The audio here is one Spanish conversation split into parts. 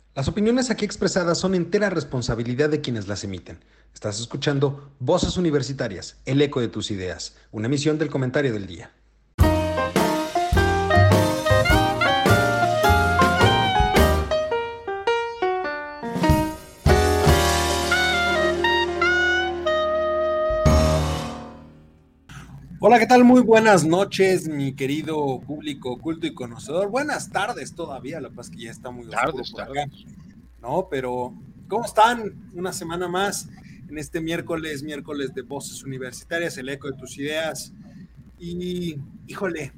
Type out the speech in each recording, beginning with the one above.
Las opiniones aquí expresadas son entera responsabilidad de quienes las emiten. Estás escuchando Voces Universitarias, el eco de tus ideas, una emisión del comentario del día. Hola, ¿qué tal? Muy buenas noches, mi querido público culto y conocedor. Buenas tardes todavía, la paz que ya está muy oscuro Tardes, por acá, tardes. ¿no? Pero, ¿cómo están? Una semana más en este miércoles de Voces Universitarias, el eco de tus ideas. Y, híjole,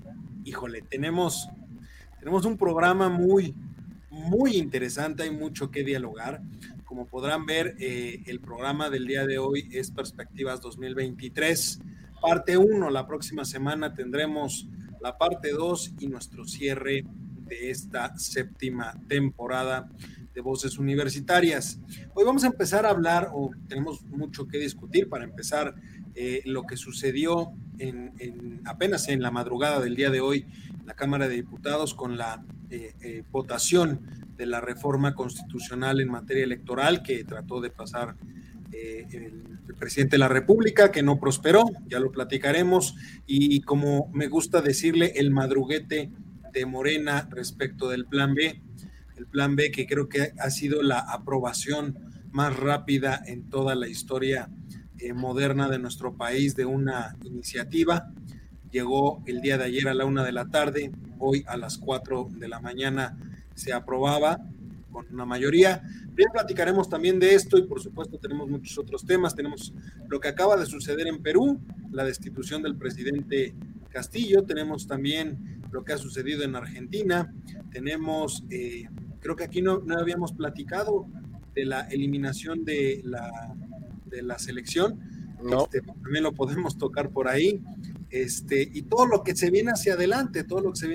tenemos un programa muy interesante, hay mucho que dialogar. Como podrán ver, el programa del día de hoy es Perspectivas 2023, parte uno. La próxima semana tendremos la parte 2 y nuestro cierre de esta séptima temporada de Voces Universitarias. Hoy vamos a empezar a hablar, o tenemos mucho que discutir para empezar, lo que sucedió apenas en la madrugada del día de hoy en la Cámara de Diputados con la votación de la reforma constitucional en materia electoral que trató de pasar el presidente de la República, que no prosperó, ya lo platicaremos, y como me gusta decirle, el madruguete de Morena respecto del plan B, el plan B que creo que ha sido la aprobación más rápida en toda la historia moderna de nuestro país de una iniciativa. Llegó el día de ayer a la 1 de la tarde, hoy a las 4 de la mañana se aprobaba con una mayoría. Bien, platicaremos también de esto y por supuesto tenemos muchos otros temas. Tenemos lo que acaba de suceder en Perú, la destitución del presidente Castillo, tenemos también lo que ha sucedido en Argentina, tenemos, creo que aquí no habíamos platicado de la eliminación de la selección, No, también lo podemos tocar por ahí, y todo lo que se viene hacia adelante,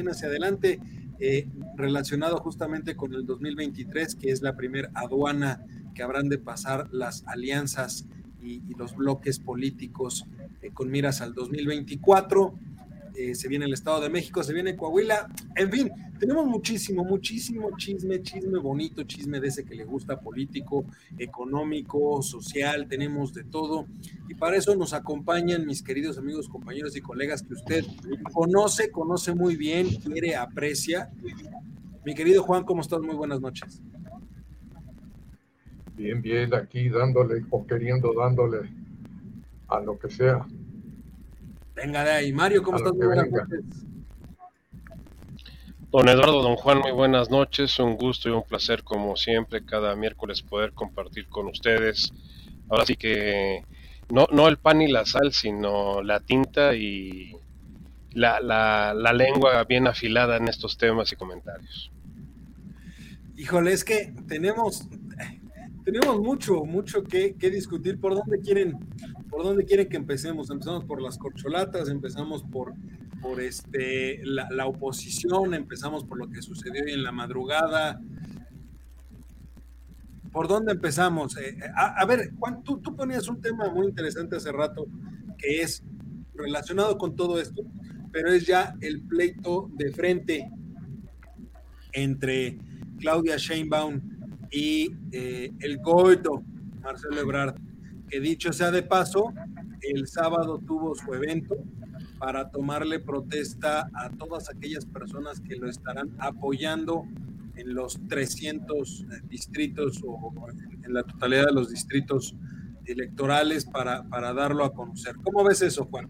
relacionado justamente con el 2023, que es la primera aduana que habrán de pasar las alianzas y los bloques políticos con miras al 2024. Se viene el Estado de México, se viene Coahuila, en fin, tenemos muchísimo chisme bonito, chisme de ese que le gusta, político, económico, social, tenemos de todo. Y para eso nos acompañan mis queridos amigos, compañeros y colegas que usted conoce muy bien, quiere, aprecia. Mi querido Juan, ¿cómo estás? Muy buenas noches. Bien, bien, aquí dándole o queriendo dándole a lo que sea, Venga de ahí. Mario, ¿cómo a estás? lo Muy que buenas venga. noches. don Eduardo, don Juan, muy buenas noches. Un gusto y un placer, como siempre, cada miércoles poder compartir con ustedes. Ahora sí que no el pan y la sal, sino la tinta y la lengua bien afilada en estos temas y comentarios. Híjole, es que tenemos mucho que discutir. ¿Por dónde quieren que empecemos? Empezamos por las corcholatas, empezamos por la oposición, empezamos por lo que sucedió hoy en la madrugada. ¿Por dónde empezamos? A ver, Juan, tú ponías un tema muy interesante hace rato que es relacionado con todo esto, pero es ya el pleito de frente entre Claudia Sheinbaum y el gordo Marcelo Ebrard, que dicho sea de paso, el sábado tuvo su evento para tomarle protesta a todas aquellas personas que lo estarán apoyando en los 300 distritos o en la totalidad de los distritos electorales para darlo a conocer. ¿Cómo ves eso, Juan?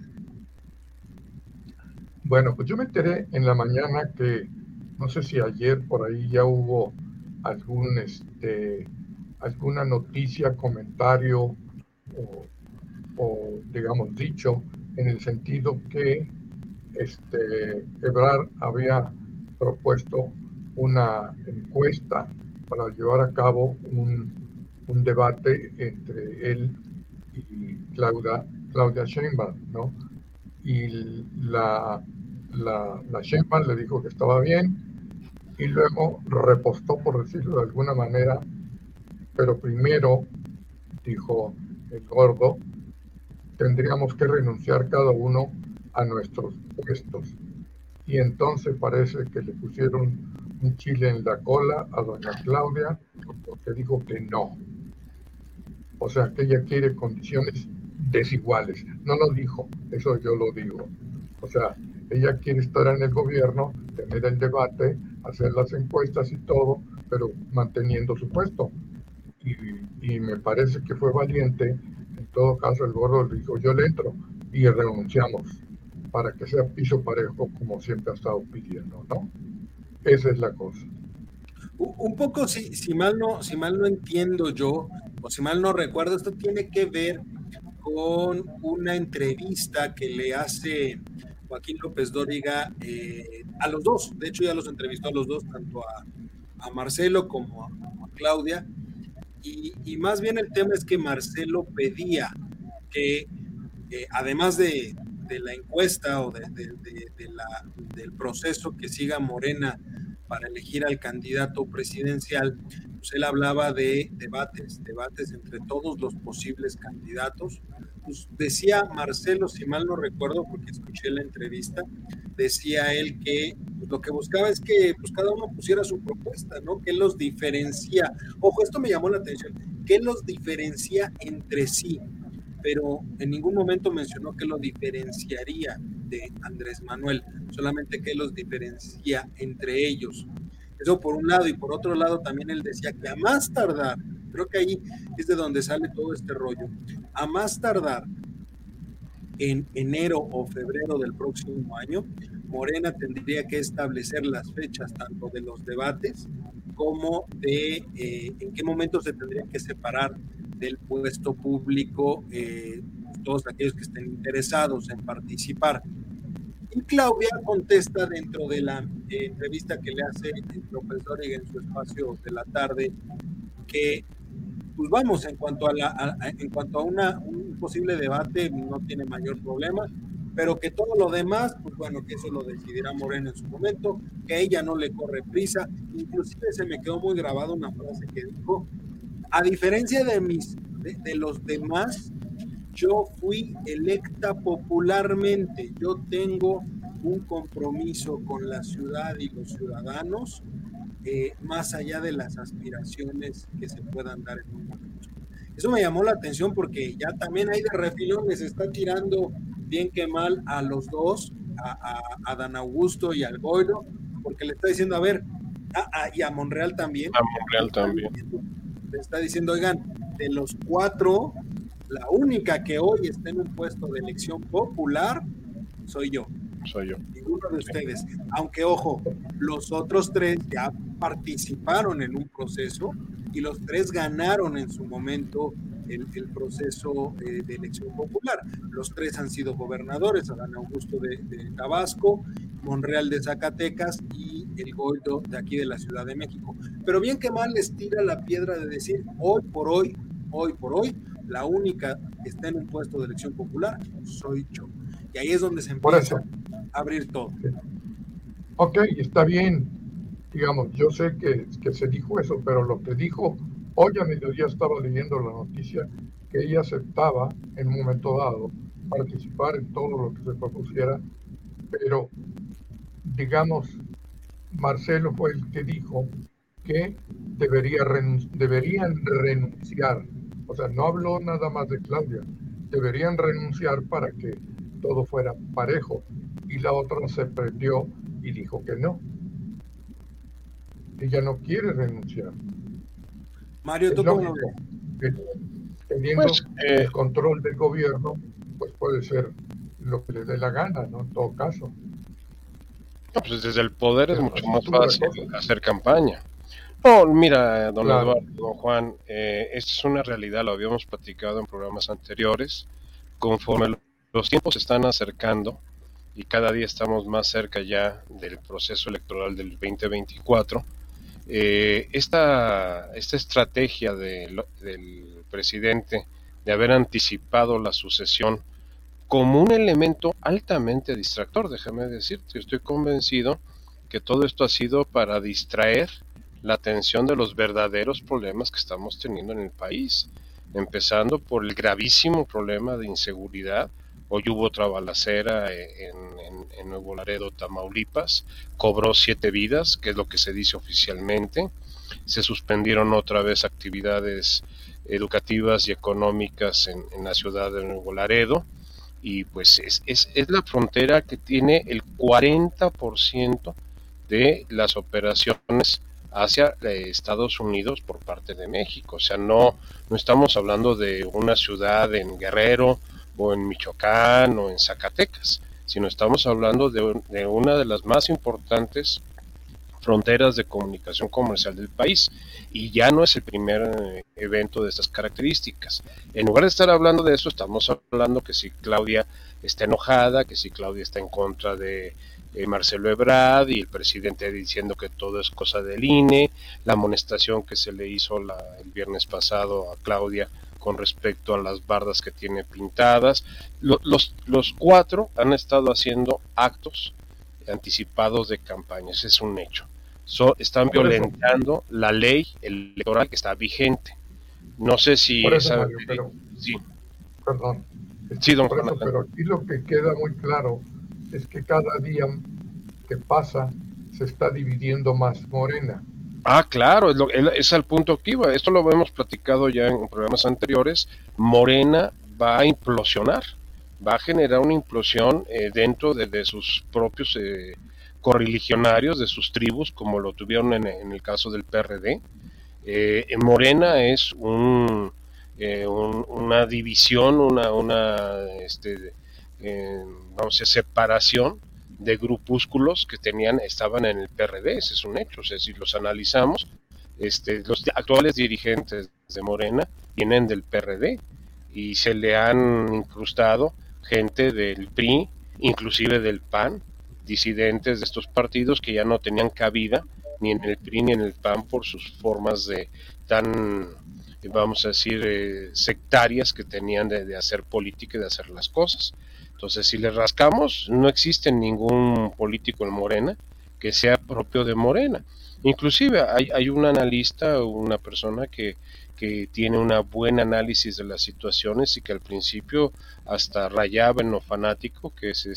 Bueno, pues yo me enteré en la mañana que, no sé si ayer por ahí ya hubo algún, alguna noticia, comentario o digamos dicho, en el sentido que Ebrard había propuesto una encuesta para llevar a cabo un debate entre él y Claudia Sheinbaum, ¿no? Y la Sheinbaum le dijo que estaba bien y luego repostó, por decirlo de alguna manera, pero primero dijo el gordo, tendríamos que renunciar cada uno a nuestros puestos. Y entonces parece que le pusieron un chile en la cola a doña Claudia porque dijo que no. O sea, que ella quiere condiciones desiguales. No lo dijo, eso yo lo digo. O sea, ella quiere estar en el gobierno, tener el debate, hacer las encuestas y todo, pero manteniendo su puesto. Y me parece que fue valiente. En todo caso, el Gordo le dijo, yo le entro y renunciamos para que sea piso parejo como siempre ha estado pidiendo, ¿no? Esa es la cosa. Un poco, si mal no entiendo yo, o si mal no recuerdo, esto tiene que ver con una entrevista que le hace Joaquín López Dóriga a los dos. De hecho, ya los entrevistó a los dos, tanto a Marcelo como a Claudia. Y más bien el tema es que Marcelo pedía que, además de la encuesta o del proceso que siga Morena para elegir al candidato presidencial, pues él hablaba de debates entre todos los posibles candidatos. Pues decía Marcelo, si mal no recuerdo, porque escuché la entrevista, decía él que pues, lo que buscaba es que pues, cada uno pusiera su propuesta, ¿no? Que los diferencia. Ojo, esto me llamó la atención, que los diferencia entre sí, pero en ningún momento mencionó que lo diferenciaría de Andrés Manuel, solamente que los diferencia entre ellos. Eso por un lado, y por otro lado también él decía que a más tardar, creo que ahí es de donde sale todo este rollo, a más tardar en enero o febrero del próximo año, Morena tendría que establecer las fechas tanto de los debates como de en qué momento se tendrían que separar del puesto público todos aquellos que estén interesados en participar. Y Claudia contesta dentro de la entrevista que le hace el profesor en su espacio de la tarde que pues vamos, en cuanto a un posible debate no tiene mayor problema, pero que todo lo demás, pues bueno, que eso lo decidirá Morena en su momento, que a ella no le corre prisa. Inclusive se me quedó muy grabada una frase que dijo, a diferencia de los demás, yo fui electa popularmente, yo tengo un compromiso con la ciudad y los ciudadanos, más allá de las aspiraciones que se puedan dar en un momento. Eso me llamó la atención porque ya también ahí de refilón les está tirando bien que mal a los dos, a Dan Augusto y al Goylo, porque le está diciendo, a ver, y a Monreal también. A Monreal también. Le está diciendo, oigan, de los cuatro, la única que hoy está en un puesto de elección popular soy yo. Ninguno de ustedes. Aunque, ojo, los otros tres ya participaron en un proceso y los tres ganaron en su momento el proceso de elección popular. Los tres han sido gobernadores, Adán Augusto de Tabasco, Monreal de Zacatecas y el Goylo de aquí de la Ciudad de México. Pero bien que mal les tira la piedra de decir, hoy por hoy, la única que está en un puesto de elección popular soy yo. Y ahí es donde se empieza a abrir todo. Ok, está bien. Digamos, yo sé que se dijo eso, pero lo que dijo, hoy a mediodía estaba leyendo la noticia que ella aceptaba en un momento dado participar en todo lo que se propusiera, pero digamos, Marcelo fue el que dijo que deberían renunciar. O sea, no habló nada más de Claudia. Deberían renunciar para que todo fuera parejo. Y la otra se prendió y dijo que no. Ella no quiere renunciar. Mario, ¿tú cómo lo ves? Teniendo el control del gobierno, pues puede ser lo que le dé la gana, ¿no? En todo caso. No, pues desde el poder es mucho más fácil hacer campaña. No, mira, don Eduardo, don Juan, esta es una realidad, lo habíamos platicado en programas anteriores. Conforme los tiempos se están acercando y cada día estamos más cerca ya del proceso electoral del 2024, esta estrategia del presidente de haber anticipado la sucesión como un elemento altamente distractor, déjame decirte, estoy convencido que todo esto ha sido para distraer la atención de los verdaderos problemas que estamos teniendo en el país, empezando por el gravísimo problema de inseguridad, Hoy hubo otra balacera en Nuevo Laredo, Tamaulipas, cobró 7 vidas, que es lo que se dice oficialmente. Se suspendieron otra vez actividades educativas y económicas en la ciudad de Nuevo Laredo, y pues es la frontera que tiene el 40% de las operaciones hacia Estados Unidos por parte de México. O sea, no estamos hablando de una ciudad en Guerrero o en Michoacán o en Zacatecas, sino estamos hablando de una de las más importantes fronteras de comunicación comercial del país, y ya no es el primer evento de estas características. En lugar de estar hablando de eso, estamos hablando que si Claudia está enojada, que si Claudia está en contra de Marcelo Ebrard, y el presidente diciendo que todo es cosa del INE, la amonestación que se le hizo el viernes pasado a Claudia con respecto a las bardas que tiene pintadas. Los 4 han estado haciendo actos anticipados de campañas, es un hecho. Están violentando la ley electoral que está vigente. No sé si por eso, Mario, pero, sí. Perdón. Sí, don por Juan. Eso, pero aquí lo que queda muy claro es que cada día que pasa se está dividiendo más Morena. Claro, es al punto que iba. Esto lo hemos platicado ya en programas anteriores. Morena va a implosionar, va a generar una implosión dentro de sus propios correligionarios, de sus tribus, como lo tuvieron en el caso del PRD. Morena es una división, vamos a separación de grupúsculos que estaban en el PRD. Ese es un hecho. O sea, si los analizamos, los actuales dirigentes de Morena vienen del PRD y se le han incrustado gente del PRI, inclusive del PAN, disidentes de estos partidos que ya no tenían cabida ni en el PRI ni en el PAN por sus formas de tan, vamos a decir, sectarias que tenían de hacer política y de hacer las cosas. Entonces, si le rascamos, no existe ningún político en Morena que sea propio de Morena. Inclusive hay un analista, una persona que tiene un buen análisis de las situaciones y que al principio hasta rayaba en lo fanático, que es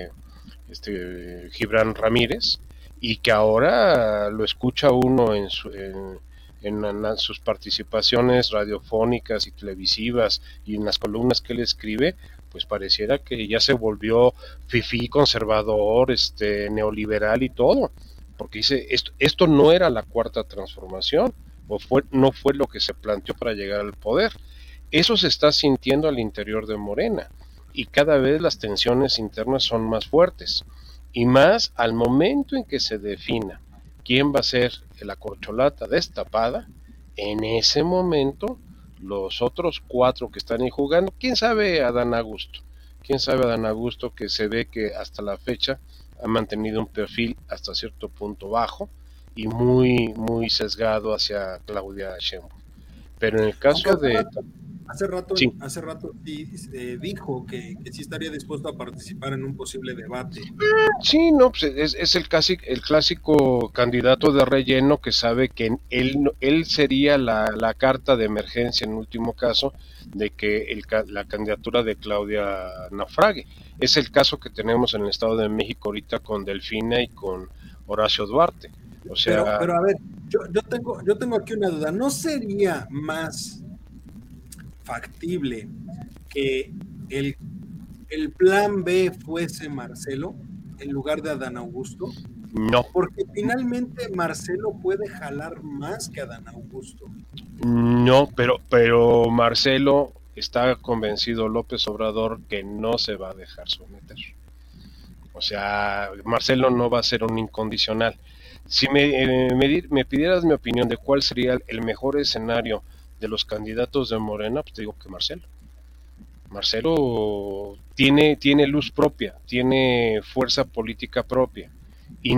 Gibran Ramírez, y que ahora lo escucha uno en sus participaciones radiofónicas y televisivas y en las columnas que él escribe, pues pareciera que ya se volvió fifí, conservador, neoliberal y todo, porque dice, esto no era la cuarta transformación, no fue lo que se planteó para llegar al poder. Eso se está sintiendo al interior de Morena, y cada vez las tensiones internas son más fuertes, y más al momento en que se defina quién va a ser la corcholata destapada. En ese momento los otros 4 que están ahí jugando, quién sabe Adán Augusto, que se ve que hasta la fecha ha mantenido un perfil hasta cierto punto bajo y muy muy sesgado hacia Claudia Sheinbaum. Pero en el caso Hace rato sí, dijo que sí estaría dispuesto a participar en un posible debate. Sí, no, pues es el clásico candidato de relleno que sabe que él sería la carta de emergencia en último caso de que la candidatura de Claudia naufrague. Es el caso que tenemos en el Estado de México ahorita con Delfina y con Horacio Duarte. O sea, pero a ver, yo tengo aquí una duda. ¿No sería más factible que el plan B fuese Marcelo en lugar de Adán Augusto? No. Porque finalmente Marcelo puede jalar más que Adán Augusto. No, pero Marcelo está convencido, López Obrador, que no se va a dejar someter. O sea, Marcelo no va a ser un incondicional. Si me pidieras mi opinión de cuál sería el mejor escenario de los candidatos de Morena, pues te digo que Marcelo tiene luz propia, tiene fuerza política propia, y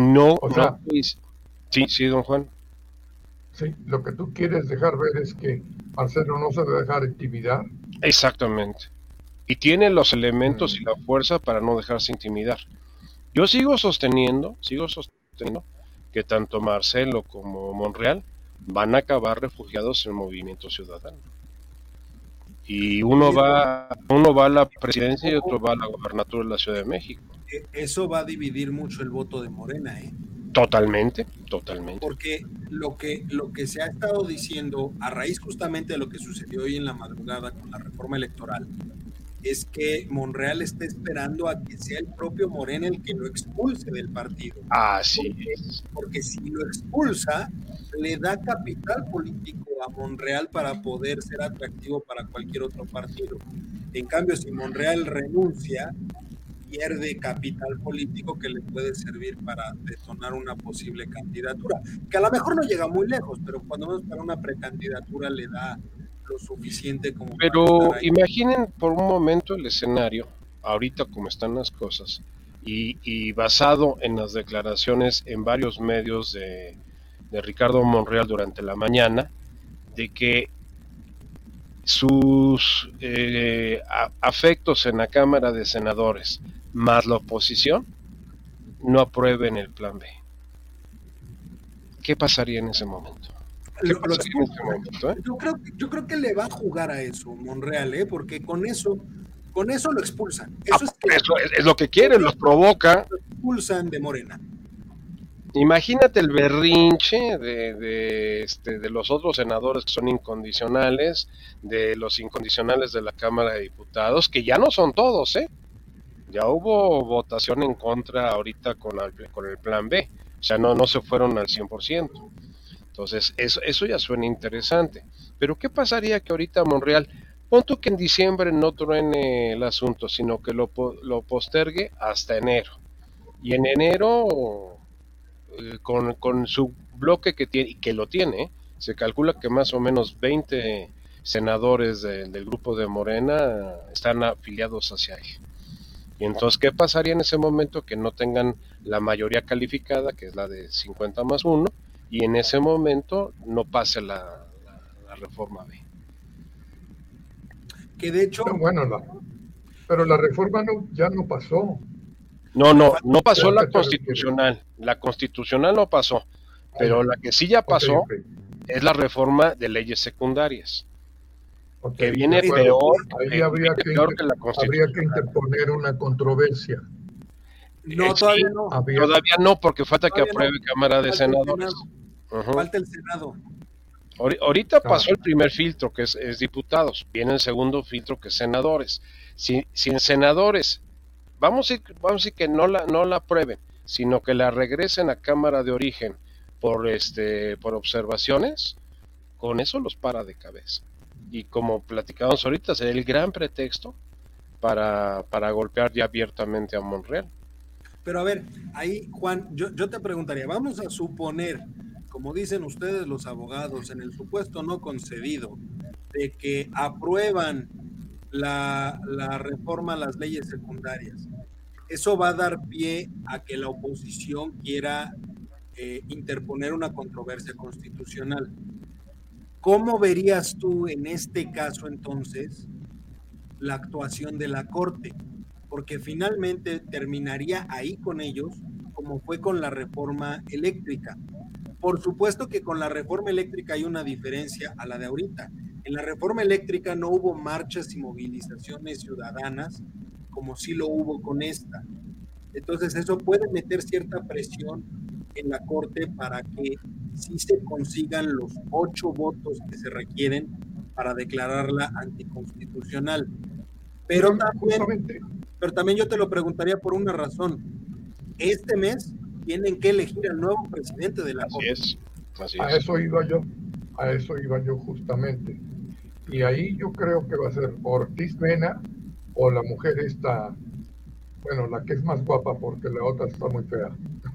sí, don Juan. Sí, lo que tú quieres dejar ver es que Marcelo no se va a dejar intimidar. Exactamente, y tiene los elementos y la fuerza para no dejarse intimidar. Yo sigo sosteniendo que tanto Marcelo como Monreal van a acabar refugiados en el Movimiento Ciudadano. Y uno va a la presidencia y otro va a la gobernatura de la Ciudad de México. Eso va a dividir mucho el voto de Morena, ¿eh? Totalmente. Porque lo que se ha estado diciendo a raíz justamente de lo que sucedió hoy en la madrugada con la reforma electoral es que Monreal está esperando a que sea el propio Morena el que lo expulse del partido. Así porque si lo expulsa, le da capital político a Monreal para poder ser atractivo para cualquier otro partido. En cambio, si Monreal renuncia, pierde capital político que le puede servir para detonar una posible candidatura, que a lo mejor no llega muy lejos, pero cuando menos para una precandidatura le da lo suficiente como Pero para estar ahí. imaginen por un momento el escenario, ahorita como están las cosas, y basado en las declaraciones en varios medios de Ricardo Monreal durante la mañana, de que sus afectos en la Cámara de Senadores más la oposición no aprueben el plan B. ¿Qué pasaría en ese momento? Yo creo que le va a jugar a eso Monreal, porque con eso lo expulsan. Eso es lo que quieren, los provoca. Lo expulsan de Morena. Imagínate el berrinche de los otros senadores que son incondicionales, de los incondicionales de la Cámara de Diputados, que ya no son todos, ya hubo votación en contra ahorita con el plan B, o sea, no se fueron al 100%. Entonces, eso ya suena interesante. Pero ¿qué pasaría que ahorita Monreal, pon tú que en diciembre no truene el asunto, sino que lo postergue hasta enero? Y en enero, con su bloque que tiene, y que lo tiene, se calcula que más o menos 20 senadores del grupo de Morena están afiliados hacia él. Y entonces, ¿qué pasaría en ese momento? Que no tengan la mayoría calificada, que es la de 50 más 1, y en ese momento no pase la reforma B. Que de hecho... Pero la reforma ya no pasó. No pasó la constitucional. La constitucional no pasó, pero la que sí ya pasó es la reforma de leyes secundarias. Que viene peor, ahí habría que interponer una controversia. No, todavía no. Todavía no, porque falta que apruebe Cámara de Senadores. Falta el Senado. Ahorita pasó el primer filtro, que es diputados. Viene el segundo filtro, que es senadores. Si en senadores, vamos a decir que no la aprueben, sino que la regresen a Cámara de Origen por observaciones, con eso los para de cabeza. Y como platicábamos ahorita, sería el gran pretexto para golpear ya abiertamente a Monreal. Pero a ver, ahí, Juan, yo te preguntaría, vamos a suponer, como dicen ustedes los abogados, en el supuesto no concedido, de que aprueban la reforma a las leyes secundarias. Eso va a dar pie a que la oposición quiera interponer una controversia constitucional. ¿Cómo verías tú en este caso entonces la actuación de la Corte? Porque finalmente terminaría ahí con ellos, como fue con la reforma eléctrica. Por supuesto que con la reforma eléctrica hay una diferencia a la de ahorita. En la reforma eléctrica no hubo marchas y movilizaciones ciudadanas como sí lo hubo con esta. Entonces eso puede meter cierta presión en la Corte para que sí se consigan los 8 votos que se requieren para declararla anticonstitucional. Pero también yo te lo preguntaría por una razón. Este mes tienen que elegir al nuevo presidente de la Corte. Así es. A eso iba yo justamente. Y ahí yo creo que va a ser Ortiz Mena o la mujer esta, bueno, la que es más guapa porque la otra está muy fea.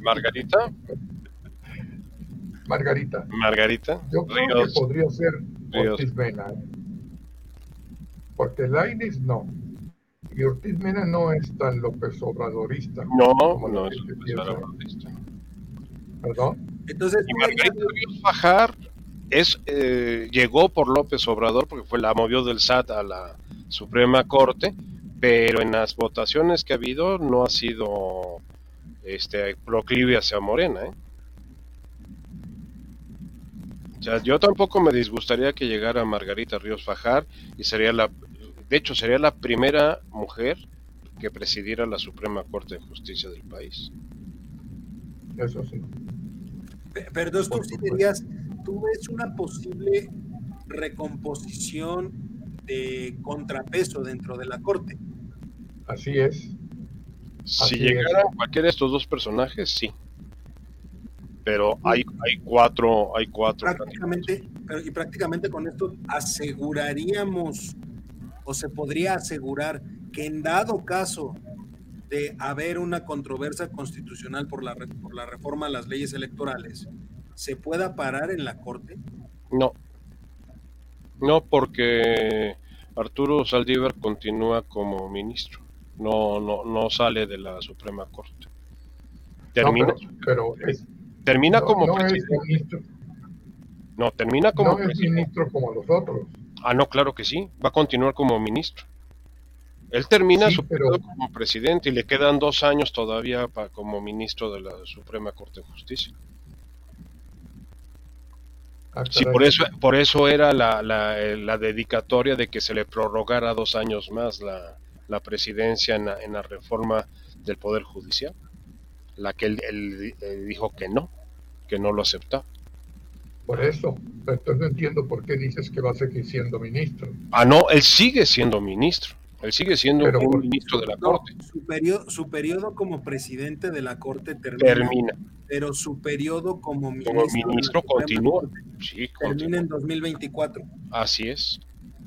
Margarita. Yo creo que podría ser Ortiz Mena. Porque Lainez no. Y Ortiz Mena no es tan López Obradorista. No es López Obradorista. ¿Perdón? Entonces, y Margarita Ríos Fajar llegó por López Obrador porque la movió del SAT a la Suprema Corte, pero en las votaciones que ha habido no ha sido proclive hacia Morena, sea, yo tampoco me disgustaría que llegara Margarita Ríos Fajar y de hecho sería la primera mujer que presidiera la Suprema Corte de Justicia del país. Eso sí. Pero entonces tú sí dirías, tú ves una posible recomposición de contrapeso dentro de la Corte. Así es. Si llegaran cualquiera de estos dos personajes, sí. Pero hay cuatro prácticamente con esto aseguraríamos, o se podría asegurar, que en dado caso de haber una controversia constitucional por la reforma a las leyes electorales, ¿se pueda parar en la Corte? No, porque Arturo Saldívar continúa como ministro, no sale de la Suprema Corte. Termina como presidente. Termina como presidente. No es ministro como los otros. No, claro que sí, va a continuar como ministro. Él termina su periodo como presidente y le quedan 2 años todavía como ministro de la Suprema Corte de Justicia. Sí, por eso era la dedicatoria de que se le prorrogara 2 años más la presidencia en la reforma del Poder Judicial, la que él dijo que no lo aceptaba. Por eso, entonces no entiendo por qué dices que va a seguir siendo ministro. No, él sigue siendo ministro. Él sigue siendo un ministro de la Corte. Su periodo como presidente de la Corte termina. Pero su periodo como ministro continúa. Sí, termina en 2024. Así es.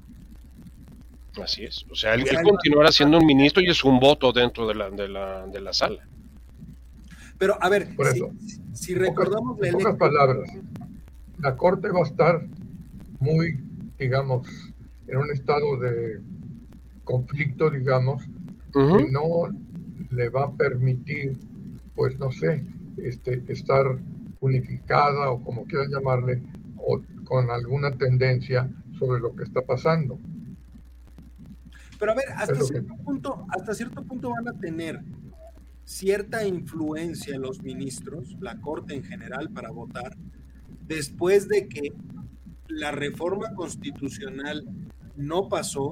O sea, él continuará siendo un ministro y es un voto dentro de la sala. Pero, a ver, si recordamos... En pocas palabras, la Corte va a estar muy, digamos, en un estado de conflicto, digamos, que no le va a permitir, pues no sé, estar unificada o como quieran llamarle, o con alguna tendencia sobre lo que está pasando. Pero a ver, hasta cierto punto van a tener cierta influencia los ministros, la Corte en general, para votar, después de que la reforma constitucional no pasó.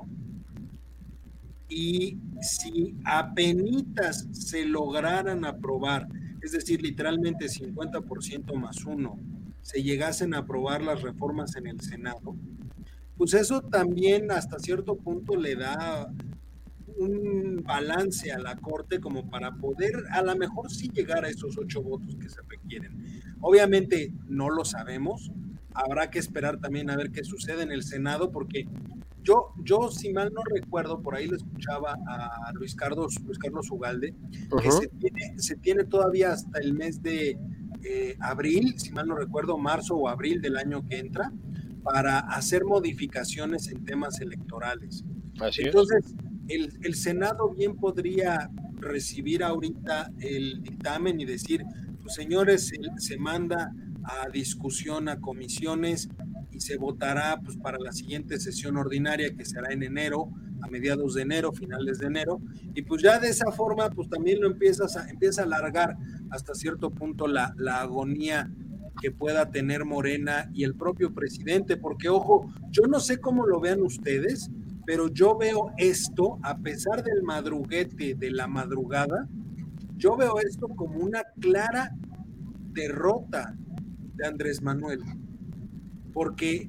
Y si apenitas se lograran aprobar, es decir, literalmente 50% más 1, se llegasen a aprobar las reformas en el Senado, pues eso también hasta cierto punto le da un balance a la Corte como para poder a lo mejor sí llegar a esos 8 votos que se requieren. Obviamente no lo sabemos, habrá que esperar también a ver qué sucede en el Senado, porque yo si mal no recuerdo, por ahí le escuchaba a Luis Carlos Ugalde, que se tiene todavía hasta el mes de abril, si mal no recuerdo, marzo o abril del año que entra, para hacer modificaciones en temas electorales. Entonces, el Senado bien podría recibir ahorita el dictamen y decir, pues señores, se manda a discusión a comisiones y se votará pues para la siguiente sesión ordinaria, que será en enero, a mediados de enero, finales de enero, y pues ya de esa forma pues también empieza a alargar hasta cierto punto la agonía que pueda tener Morena y el propio presidente, porque ojo, yo no sé cómo lo vean ustedes, pero yo veo esto, a pesar del madruguete de la madrugada, yo veo esto como una clara derrota de Andrés Manuel, porque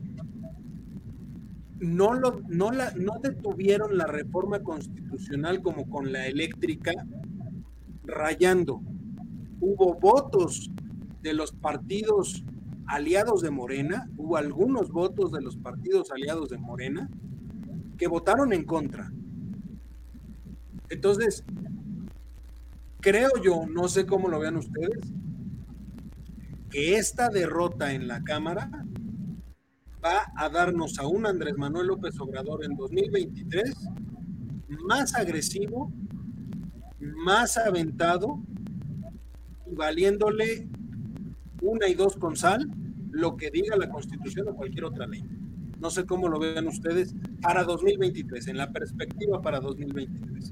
no detuvieron la reforma constitucional como con la eléctrica, rayando. Hubo votos de los partidos aliados de Morena, hubo algunos votos de los partidos aliados de Morena que votaron en contra. Entonces, creo yo, no sé cómo lo vean ustedes, que esta derrota en la Cámara va a darnos a un Andrés Manuel López Obrador en 2023 más agresivo, más aventado y valiéndole 1 y 2 con sal lo que diga la Constitución o cualquier otra ley. No sé cómo lo vean ustedes para 2023, en la perspectiva para 2023.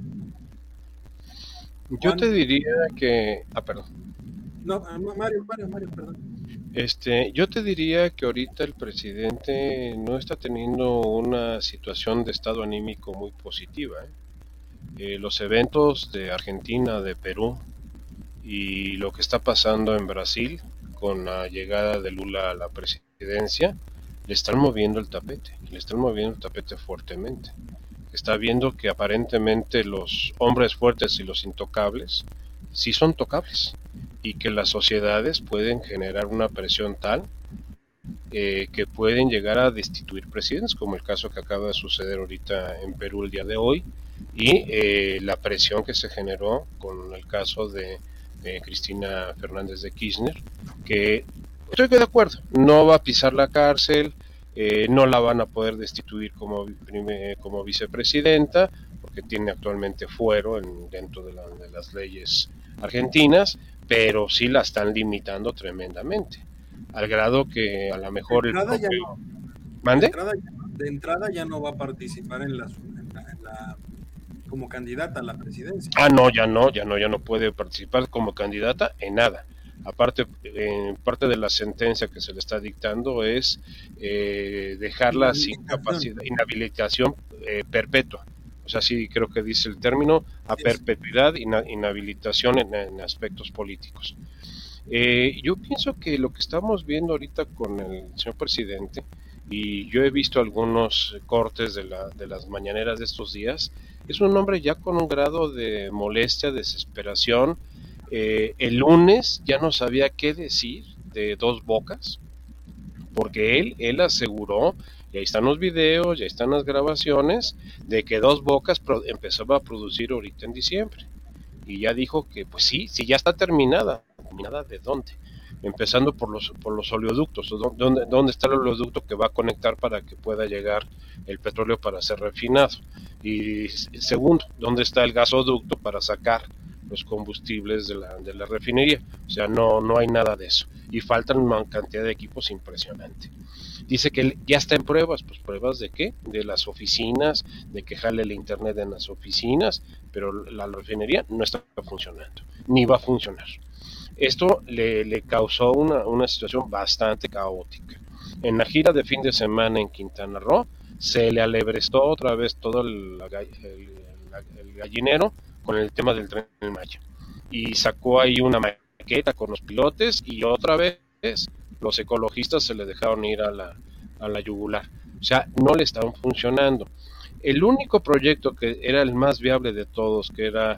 Yo te diría que... perdón. No, Mario, perdón. Yo te diría que ahorita el presidente no está teniendo una situación de estado anímico muy positiva, ¿eh? Los eventos de Argentina, de Perú y lo que está pasando en Brasil con la llegada de Lula a la presidencia, le están moviendo el tapete fuertemente. Está viendo que aparentemente los hombres fuertes y los intocables sí son tocables y que las sociedades pueden generar una presión tal que pueden llegar a destituir presidentes, como el caso que acaba de suceder ahorita en Perú el día de hoy, y la presión que se generó con el caso de Cristina Fernández de Kirchner, que estoy de acuerdo, no va a pisar la cárcel, no la van a poder destituir como vicepresidenta, porque tiene actualmente fuero dentro de las leyes argentinas, pero sí la están limitando tremendamente, al grado que a lo mejor el propio... ¿Mande? De entrada ya no va a participar como candidata a la presidencia. No, ya no puede participar como candidata en nada. Aparte, parte de la sentencia que se le está dictando es dejarla sin capacidad, inhabilitación perpetua. O sea, sí creo que dice el término, a perpetuidad, inhabilitación en aspectos políticos. Yo pienso que lo que estamos viendo ahorita con el señor presidente, y yo he visto algunos cortes de las mañaneras de estos días, es un hombre ya con un grado de molestia, desesperación. El lunes ya no sabía qué decir de Dos Bocas, porque él aseguró, y ahí están los videos, ya están las grabaciones, de que Dos Bocas empezaba a producir ahorita en diciembre. Y ya dijo que, pues sí ya está terminada. ¿Terminada de dónde? Empezando por los oleoductos. ¿Dónde está el oleoducto que va a conectar para que pueda llegar el petróleo para ser refinado? Y segundo, ¿dónde está el gasoducto para sacar los combustibles de la refinería? O sea, no hay nada de eso. Y faltan una cantidad de equipos impresionante. Dice que ya está en pruebas. Pues pruebas de qué? De las oficinas, de que jale el internet en las oficinas, pero la refinería no está funcionando, ni va a funcionar. Esto le causó una situación bastante caótica. En la gira de fin de semana en Quintana Roo, se le alebrestó otra vez todo el gallinero con el tema del Tren Maya. Y sacó ahí una maqueta con los pilotes y otra vez los ecologistas se le dejaron ir a la yugular. O sea, no le estaban funcionando. El único proyecto que era el más viable de todos, que era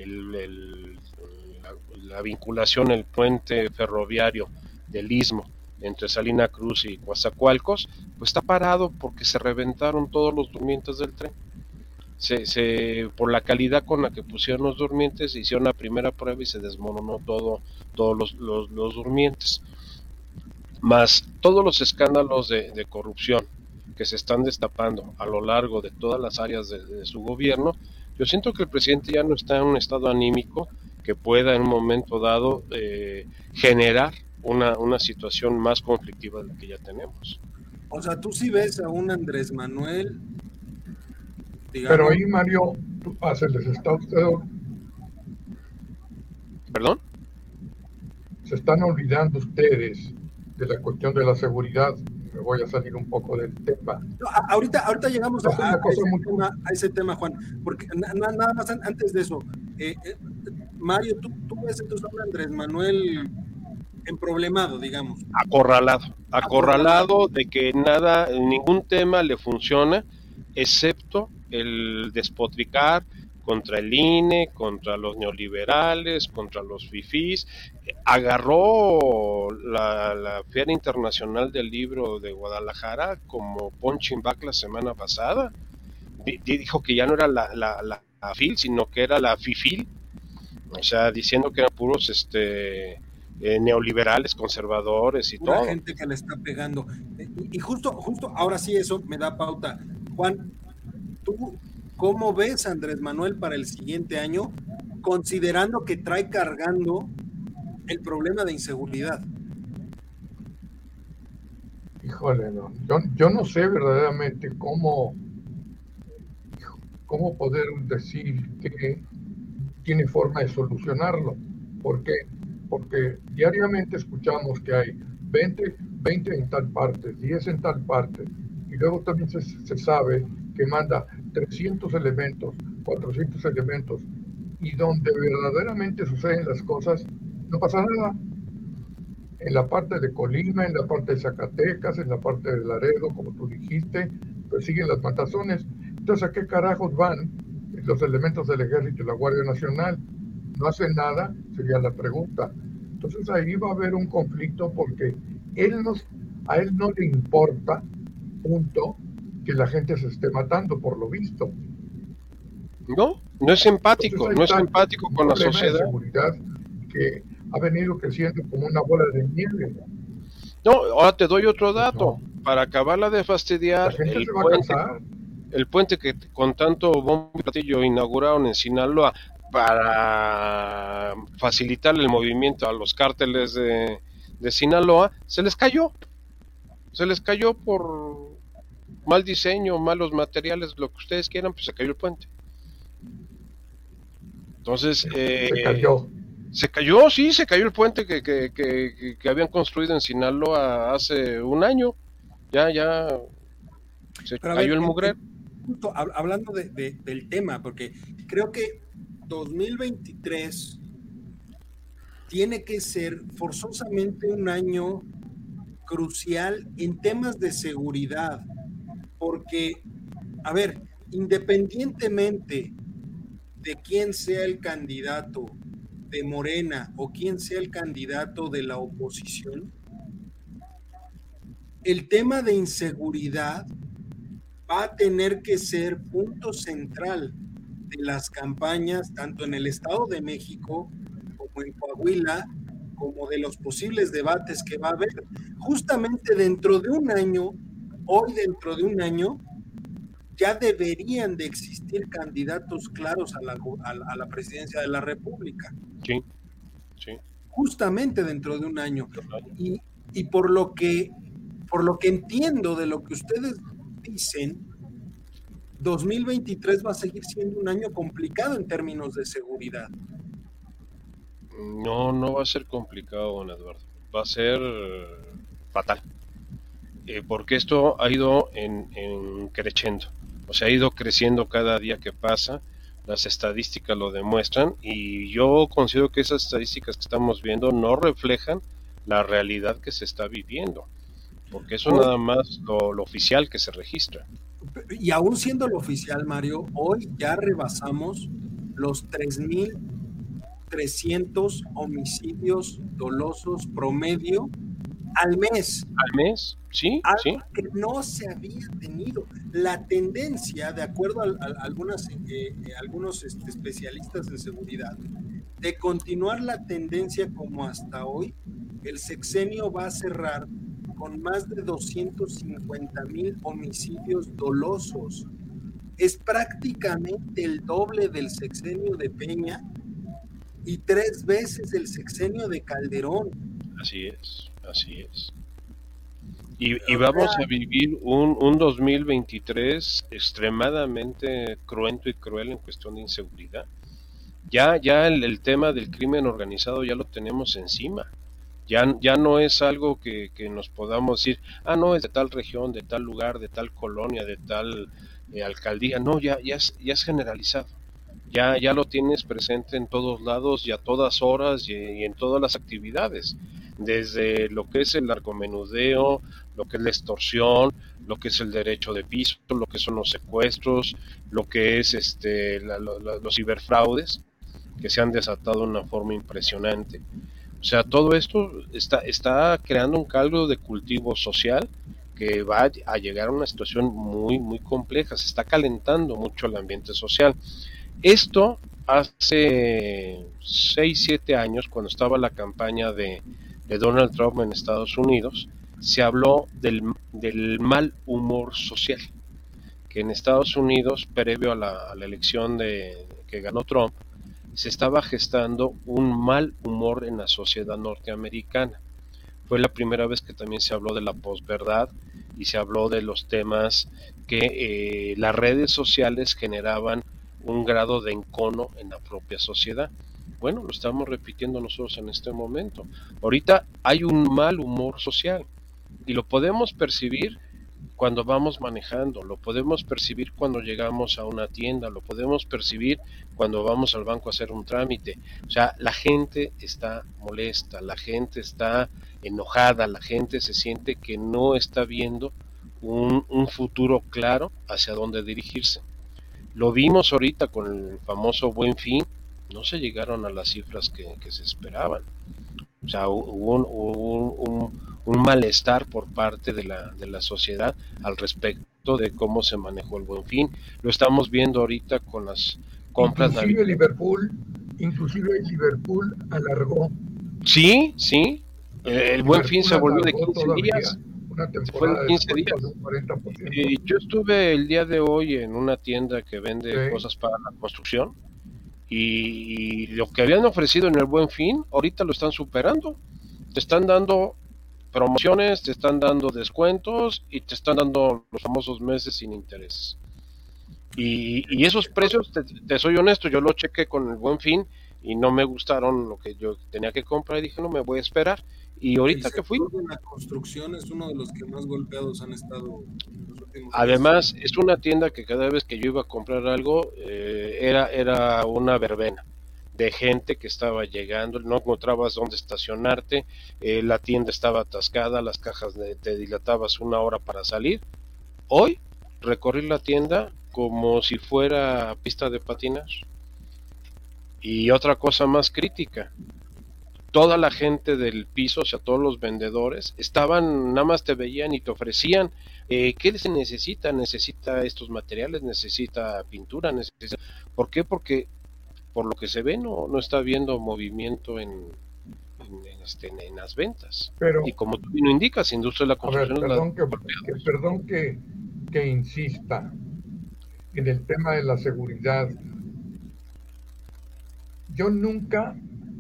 la vinculación, el puente ferroviario del Istmo entre Salina Cruz y Coatzacoalcos, pues está parado porque se reventaron todos los durmientes del tren. Por la calidad con la que pusieron los durmientes, se hicieron la primera prueba y se desmoronó todos los durmientes. Más todos los escándalos de corrupción que se están destapando a lo largo de todas las áreas de su gobierno, yo siento que el presidente ya no está en un estado anímico que pueda en un momento dado generar una situación más conflictiva de la que ya tenemos. O sea, tú sí ves a un Andrés Manuel, digamos... Pero ahí, Mario, se les está usted... ¿Perdón? Se están olvidando ustedes de la cuestión de la seguridad. Me voy a salir un poco del tema. No, ahorita llegamos a ese tema, Juan, porque nada más antes de eso, Mario, ¿tú ves entonces a Andrés Manuel emproblemado, digamos? Acorralado de que ningún tema le funciona, excepto el despotricar contra el INE, contra los neoliberales, contra los fifís. Agarró la Feria Internacional del Libro de Guadalajara como punching bag la semana pasada. Dijo que ya no era la FIL, sino que era la FIFIL, o sea, diciendo que eran puros neoliberales, conservadores y pura todo. Gente que le está pegando. Y justo ahora sí eso me da pauta. Juan, ¿tú cómo ves a Andrés Manuel para el siguiente año, considerando que trae cargando el problema de inseguridad? Híjole, no. Yo no sé verdaderamente cómo poder decir que tiene forma de solucionarlo. ¿Por qué? Porque diariamente escuchamos que hay 20 en tal parte, 10 en tal parte, y luego también se sabe que manda 300 elementos, 400 elementos, y donde verdaderamente suceden las cosas, no pasa nada. En la parte de Colima, en la parte de Zacatecas, en la parte de Laredo, como tú dijiste, pues siguen las matazones. Entonces, ¿a qué carajos van los elementos del Ejército y la Guardia Nacional? No hacen nada, sería la pregunta. Entonces ahí va a haber un conflicto porque a él no le importa, punto, que la gente se esté matando, por lo visto. No es empático, no es empático con la sociedad. De seguridad que ha venido creciendo como una bola de nieve. No, ahora te doy otro dato, para acabarla de fastidiar, el puente que con tanto bombo y platillo inauguraron en Sinaloa para facilitar el movimiento a los cárteles de Sinaloa, se les cayó por mal diseño, malos materiales, lo que ustedes quieran, pues se cayó el puente. Entonces, se cayó el puente que habían construido en Sinaloa hace un año. Ya se cayó el mugre. Hablando del tema, porque creo que 2023 tiene que ser forzosamente un año crucial en temas de seguridad, porque, a ver, independientemente de quién sea el candidato de Morena o quién sea el candidato de la oposición, el tema de inseguridad va a tener que ser punto central de las campañas, tanto en el Estado de México como en Coahuila, como de los posibles debates que va a haber. Justamente dentro de un año, ya deberían de existir candidatos claros a la presidencia de la República. Sí. Justamente dentro de un año. Y por lo que entiendo de lo que ustedes dicen, 2023 va a seguir siendo un año complicado en términos de seguridad. No va a ser complicado, don Eduardo. Va a ser fatal. Porque esto ha ido en creciendo. O sea, ha ido creciendo cada día que pasa. Las estadísticas lo demuestran y yo considero que esas estadísticas que estamos viendo no reflejan la realidad que se está viviendo. Porque eso nada más lo oficial que se registra. Y aún siendo lo oficial, Mario, hoy ya rebasamos los 3.300 homicidios dolosos promedio al mes. ¿Al mes? Sí, algo sí. Que no se había tenido. La tendencia, de acuerdo a algunos especialistas en seguridad, de continuar la tendencia como hasta hoy, el sexenio va a cerrar con más de 250,000 homicidios dolosos. Es prácticamente el doble del sexenio de Peña y 3 veces el sexenio de Calderón. Así es. Y vamos a vivir un 2023 extremadamente cruento y cruel en cuestión de inseguridad. Ya el tema del crimen organizado ya lo tenemos encima. Ya no es algo que nos podamos decir, no, es de tal región, de tal lugar, de tal colonia, de tal alcaldía. No, ya es generalizado. Ya lo tienes presente en todos lados y a todas horas y en todas las actividades. Desde lo que es el narcomenudeo, lo que es la extorsión, lo que es el derecho de piso, lo que son los secuestros, lo que es los ciberfraudes, que se han desatado de una forma impresionante. O sea, todo esto está creando un caldo de cultivo social que va a llegar a una situación muy, muy compleja. Se está calentando mucho el ambiente social. Esto hace 6-7 años, cuando estaba la campaña de Donald Trump en Estados Unidos, se habló del mal humor social, que en Estados Unidos, previo a la elección que ganó Trump, se estaba gestando un mal humor en la sociedad norteamericana. Fue la primera vez que también se habló de la posverdad y se habló de los temas que las redes sociales generaban un grado de encono en la propia sociedad. Bueno, lo estamos repitiendo nosotros en este momento. Ahorita hay un mal humor social y lo podemos percibir cuando vamos manejando, lo podemos percibir cuando llegamos a una tienda, lo podemos percibir cuando vamos al banco a hacer un trámite. O sea, la gente está molesta, la gente está enojada, la gente se siente que no está viendo un futuro claro hacia dónde dirigirse. Lo vimos ahorita con el famoso Buen Fin, no se llegaron a las cifras que se esperaban. O sea, hubo un malestar por parte de la sociedad al respecto de cómo se manejó el Buen Fin. Lo estamos viendo ahorita con las compras navideñas. Inclusive Liverpool alargó. Sí, sí. El Buen Fin se volvió de 15 días. Fue de 15 días. Yo estuve el día de hoy en una tienda que vende cosas para la construcción. Y lo que habían ofrecido en el Buen Fin, ahorita lo están superando. Te están dando promociones, te están dando descuentos y te están dando los famosos meses sin intereses. Y esos precios, te soy honesto, yo lo chequé con el Buen Fin y no me gustaron lo que yo tenía que comprar y dije, no, me voy a esperar. Y ahorita que fui... La construcción es uno de los que más golpeados han estado en los últimos Además, es una tienda que cada vez que yo iba a comprar algo, era una verbena de gente que estaba llegando, no encontrabas dónde estacionarte, la tienda estaba atascada, las cajas te dilatabas 1 hora para salir. Hoy recorrí la tienda como si fuera pista de patinar. Y otra cosa más crítica, toda la gente del piso, o sea, todos los vendedores, estaban, nada más te veían y te ofrecían, ¿qué se necesita? Necesita estos materiales, necesita pintura, necesita... ¿Por qué? Porque por lo que se ve no está habiendo movimiento en las ventas. Pero, y como tú lo indicas, industria de la construcción... Perdón que insista en el tema de la seguridad. Yo nunca...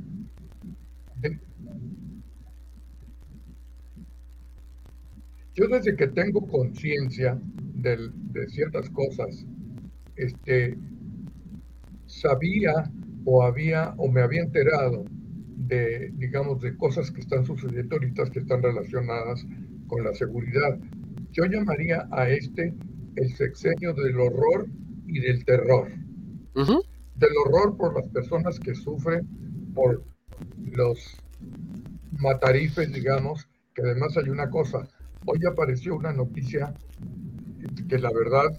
Yo desde que tengo conciencia de ciertas cosas, sabía o me había enterado de, digamos, de cosas que están sucediendo ahorita que están relacionadas con la seguridad. Yo llamaría a el sexenio del horror y del terror. Uh-huh. Del horror por las personas que sufren, por los matarifes, digamos, que además hay una cosa. Hoy apareció una noticia que la verdad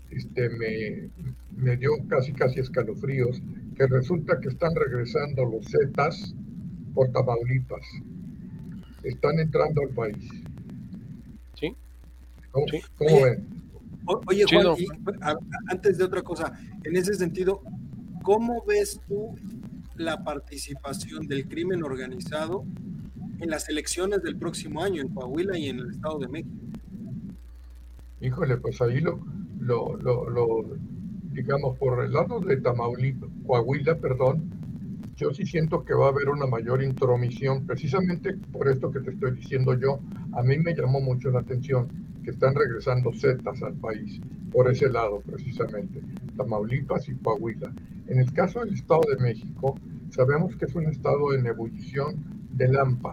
me dio casi escalofríos, que resulta que están regresando los Zetas por Tamaulipas. Están entrando al país. Sí. ¿Cómo ven? Oye, Juan, antes de otra cosa, en ese sentido, ¿cómo ves tú la participación del crimen organizado en las elecciones del próximo año en Coahuila y en el Estado de México? Híjole, pues ahí digamos, por el lado de Coahuila, yo sí siento que va a haber una mayor intromisión, precisamente por esto que te estoy diciendo yo. A mí me llamó mucho la atención que están regresando Zetas al país, por ese lado precisamente, Tamaulipas y Coahuila. En el caso del Estado de México, sabemos que es un estado en ebullición de Lampa,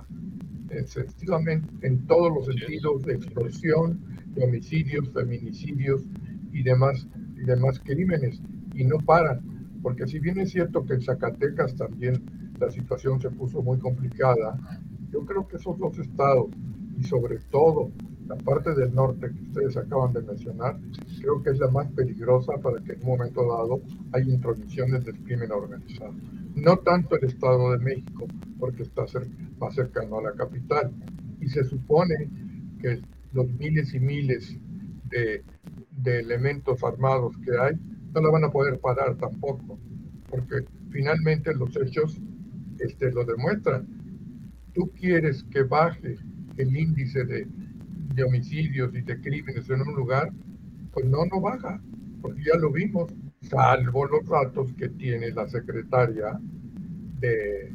en todos los sentidos, de extorsión, de homicidios, feminicidios y demás crímenes, y no paran, porque si bien es cierto que en Zacatecas también la situación se puso muy complicada, yo creo que esos dos estados, y sobre todo la parte del norte que ustedes acaban de mencionar, creo que es la más peligrosa para que en un momento dado haya intromisiones del crimen organizado. No tanto el Estado de México, porque está más cercano a la capital, y se supone que los miles y miles de elementos armados que hay no la van a poder parar tampoco, porque finalmente los hechos lo demuestran. Tú quieres que baje el índice de homicidios y de crímenes en un lugar, pues no baja, porque ya lo vimos, salvo los datos que tiene la secretaria de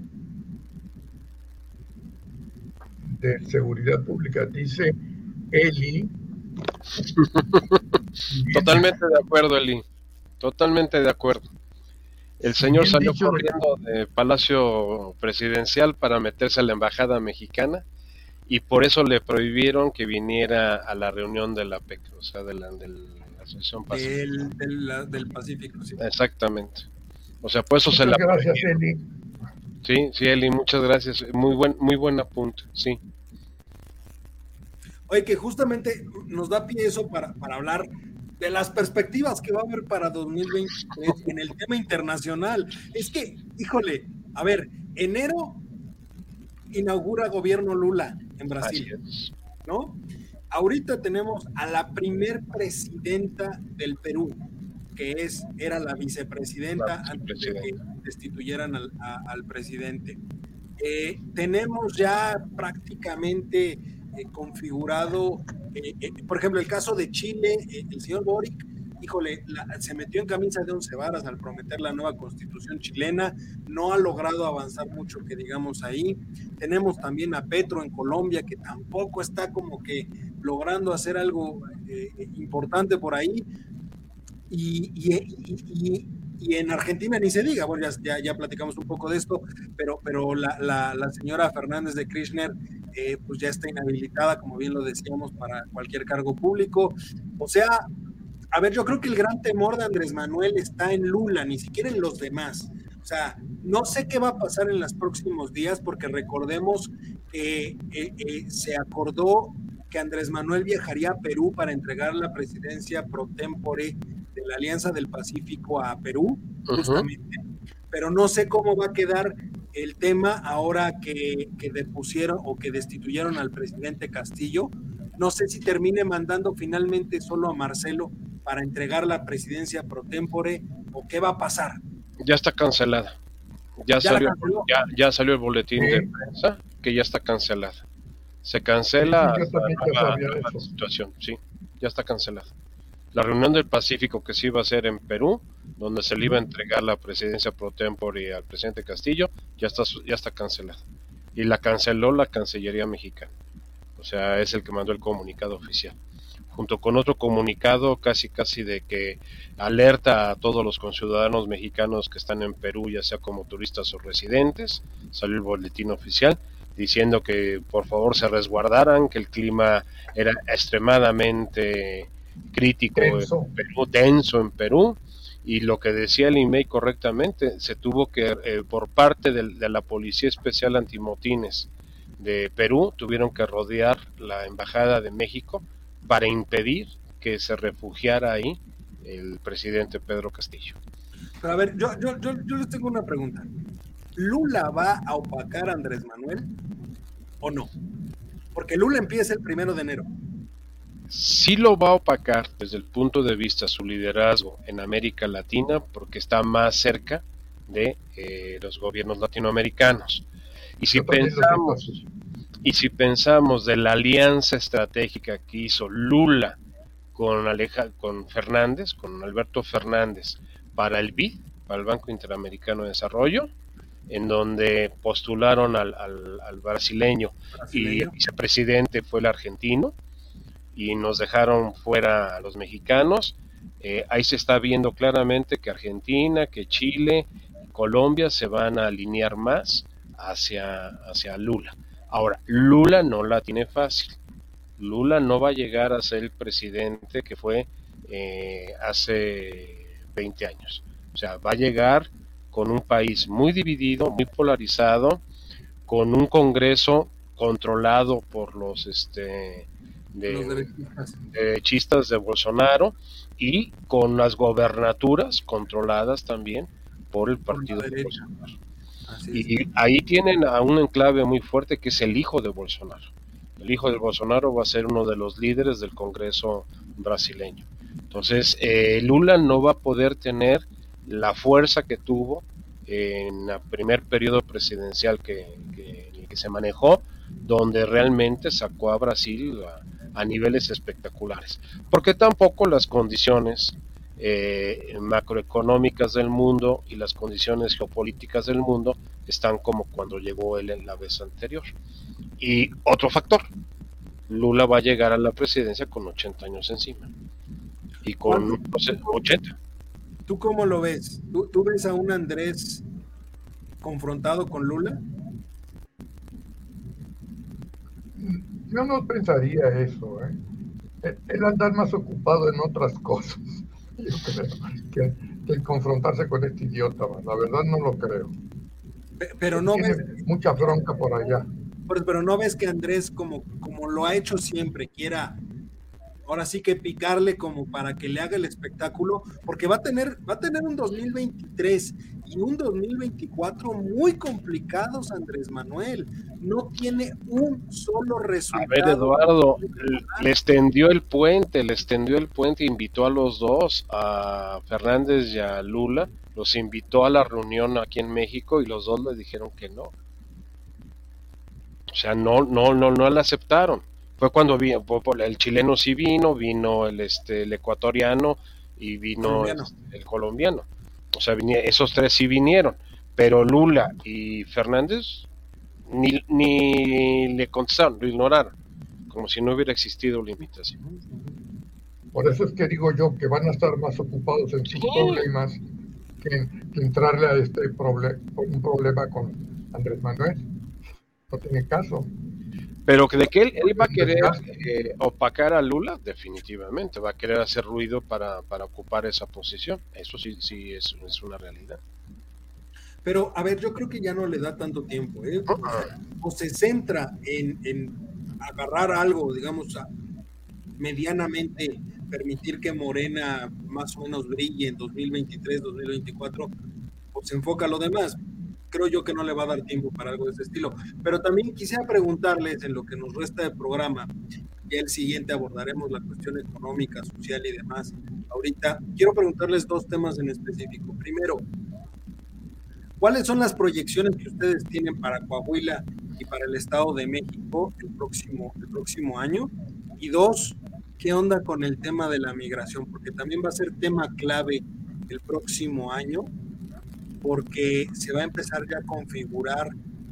Seguridad Pública, dice Eli. Totalmente de acuerdo, Eli. Totalmente de acuerdo. El señor Bien salió dicho, corriendo de Palacio Presidencial para meterse a la embajada mexicana y por eso le prohibieron que viniera a la reunión de la PEC, o sea, de la Asociación Pacífico. Del Pacífico, sí. Exactamente. O sea, por eso se muchas la gracias, prohibieron. Eli. Sí, Eli, muchas gracias. Muy buen apunte, sí. Oye, que justamente nos da pie eso para hablar de las perspectivas que va a haber para 2023 en el tema internacional. Es que, híjole, a ver, enero inaugura gobierno Lula en Brasil, ¿no? Ahorita tenemos a la primer presidenta del Perú, que era la vicepresidenta antes de que destituyeran al presidente. Tenemos ya prácticamente configurado, por ejemplo, el caso de Chile, el señor Boric, híjole, se metió en camisa de 11 varas al prometer la nueva constitución chilena, no ha logrado avanzar mucho, que digamos ahí. Tenemos también a Petro en Colombia, que tampoco está como que logrando hacer algo importante por ahí. Y en Argentina ni se diga, bueno, ya platicamos un poco de esto, pero la señora Fernández de Kirchner pues ya está inhabilitada, como bien lo decíamos, para cualquier cargo público. O sea, a ver, yo creo que el gran temor de Andrés Manuel está en Lula, ni siquiera en los demás. O sea, no sé qué va a pasar en los próximos días, porque recordemos que se acordó que Andrés Manuel viajaría a Perú para entregar la presidencia pro tempore de la Alianza del Pacífico a Perú, justamente, pero no sé cómo va a quedar el tema ahora que depusieron o que destituyeron al presidente Castillo. No sé si termine mandando finalmente solo a Marcelo para entregar la presidencia pro tempore o qué va a pasar. Ya está cancelada. Ya salió el boletín de prensa que ya está cancelada. Se cancela la situación, sí, ya está cancelada. La reunión del Pacífico que se iba a hacer en Perú, donde se le iba a entregar la presidencia pro tempore al presidente Castillo, ya está cancelada. Y la canceló la Cancillería mexicana. O sea, es el que mandó el comunicado oficial. Junto con otro comunicado casi de que alerta a todos los conciudadanos mexicanos que están en Perú, ya sea como turistas o residentes, salió el boletín oficial diciendo que por favor se resguardaran, que el clima era extremadamente crítico tenso en Perú, y lo que decía el IMEI correctamente, se tuvo que, por parte de la Policía Especial Antimotines de Perú, tuvieron que rodear la Embajada de México para impedir que se refugiara ahí el presidente Pedro Castillo. Pero a ver, yo les tengo una pregunta. ¿Lula va a opacar a Andrés Manuel o no? Porque Lula empieza el 1 de enero. Sí lo va a opacar desde el punto de vista de su liderazgo en América Latina, porque está más cerca de los gobiernos latinoamericanos. Y si pensamos de la alianza estratégica que hizo Lula con Fernández, con Alberto Fernández, para el BID, para el Banco Interamericano de Desarrollo, en donde postularon al brasileño y el vicepresidente fue el argentino, y nos dejaron fuera a los mexicanos. Ahí se está viendo claramente que Argentina, que Chile, Colombia se van a alinear más hacia Lula. Ahora, Lula no la tiene fácil. Lula no va a llegar a ser el presidente que fue hace 20 años. O sea, va a llegar con un país muy dividido, muy polarizado, con un Congreso controlado por los derechistas de Bolsonaro, y con las gobernaturas controladas también por el partido de Bolsonaro. Y ahí tienen a un enclave muy fuerte que es el hijo de Bolsonaro. El hijo de Bolsonaro va a ser uno de los líderes del Congreso brasileño. Entonces, Lula no va a poder tener la fuerza que tuvo en el primer periodo presidencial que se manejó, donde realmente sacó a Brasil a niveles espectaculares, porque tampoco las condiciones macroeconómicas del mundo y las condiciones geopolíticas del mundo están como cuando llegó él en la vez anterior. Y otro factor, Lula va a llegar a la presidencia con 80 años encima, y con 80. ¿Tú cómo lo ves? ¿Tú ves a un Andrés confrontado con Lula? Yo no pensaría eso, ¿eh? Él andar más ocupado en otras cosas, yo creo, que el confrontarse con este idiota, la verdad no lo creo. Pero Él no tiene ves, mucha bronca por allá. pero no ves que Andrés, como lo ha hecho siempre, quiera ahora sí que picarle como para que le haga el espectáculo, porque va a tener un 2023 y un 2024 muy complicados, Andrés Manuel. No tiene un solo A ver, resultado. Eduardo, les tendió el puente, invitó a los dos, a Fernández y a Lula, los invitó a la reunión aquí en México y los dos le dijeron que no. O sea, no la aceptaron. Fue cuando vino, el chileno sí vino el ecuatoriano y vino Colombiano. el colombiano. O sea, esos tres sí vinieron, pero Lula y Fernández ni le contestaron, lo ignoraron, como si no hubiera existido la invitación. Por eso es que digo yo que van a estar más ocupados en sus problemas que entrarle a un problema con Andrés Manuel. No tiene caso. Pero de que él va a querer opacar a Lula, definitivamente, va a querer hacer ruido para ocupar esa posición. Eso sí es una realidad. Pero, a ver, yo creo que ya no le da tanto tiempo, ¿eh? O se centra en agarrar algo, digamos, medianamente permitir que Morena más o menos brille en 2023, 2024, o se enfoca a lo demás. Creo yo que no le va a dar tiempo para algo de ese estilo. Pero también quisiera preguntarles en lo que nos resta de programa, ya el siguiente abordaremos la cuestión económica, social y demás. Ahorita quiero preguntarles dos temas en específico. Primero, ¿cuáles son las proyecciones que ustedes tienen para Coahuila y para el Estado de México el próximo año? Y dos, ¿qué onda con el tema de la migración? Porque también va a ser tema clave el próximo año, porque se va a empezar ya a configurar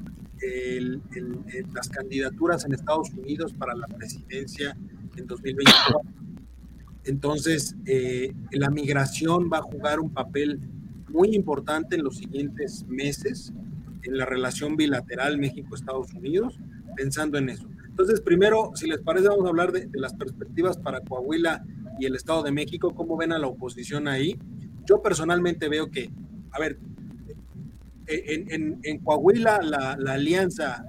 las candidaturas en Estados Unidos para la presidencia en 2024. Entonces, la migración va a jugar un papel muy importante en los siguientes meses en la relación bilateral México-Estados Unidos, pensando en eso. Entonces, primero, si les parece, vamos a hablar de las perspectivas para Coahuila y el Estado de México, cómo ven a la oposición ahí. Yo personalmente veo que, a ver, en Coahuila la alianza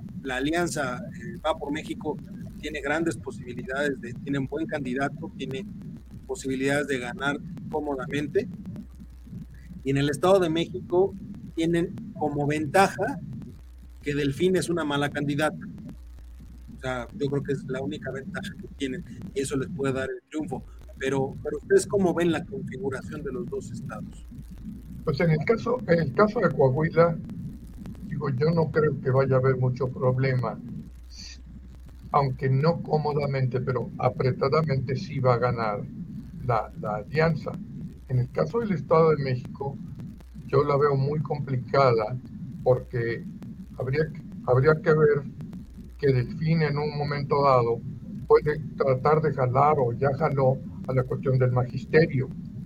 Va por México tiene grandes posibilidades, tiene un buen candidato, tiene posibilidades de ganar cómodamente. Y en el Estado de México tienen como ventaja que Delfín es una mala candidata. O sea, yo creo que es la única ventaja que tienen y eso les puede dar el triunfo. Pero ustedes, ¿cómo ven la configuración de los dos estados? Pues en el caso de Coahuila, digo, yo no creo que vaya a haber mucho problema, aunque no cómodamente, pero apretadamente sí va a ganar la alianza. En el caso del Estado de México, yo la veo muy complicada porque habría que ver que Delfín en un momento dado puede tratar de jalar o ya jaló a la cuestión del magisterio,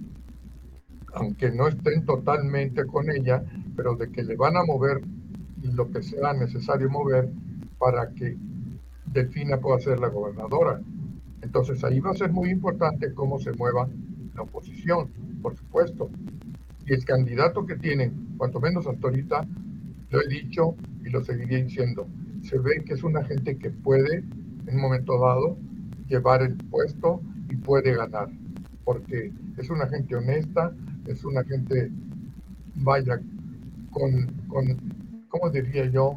aunque no estén totalmente con ella, pero de que le van a mover lo que sea necesario mover para que Delfina pueda ser la gobernadora. Entonces ahí va a ser muy importante cómo se mueva la oposición, por supuesto. Y el candidato que tienen, cuanto menos hasta ahorita, lo he dicho y lo seguiré diciendo, se ve que es una gente que puede, en un momento dado, llevar el puesto y puede ganar, porque es una gente honesta, es una gente, vaya, con ¿cómo diría yo?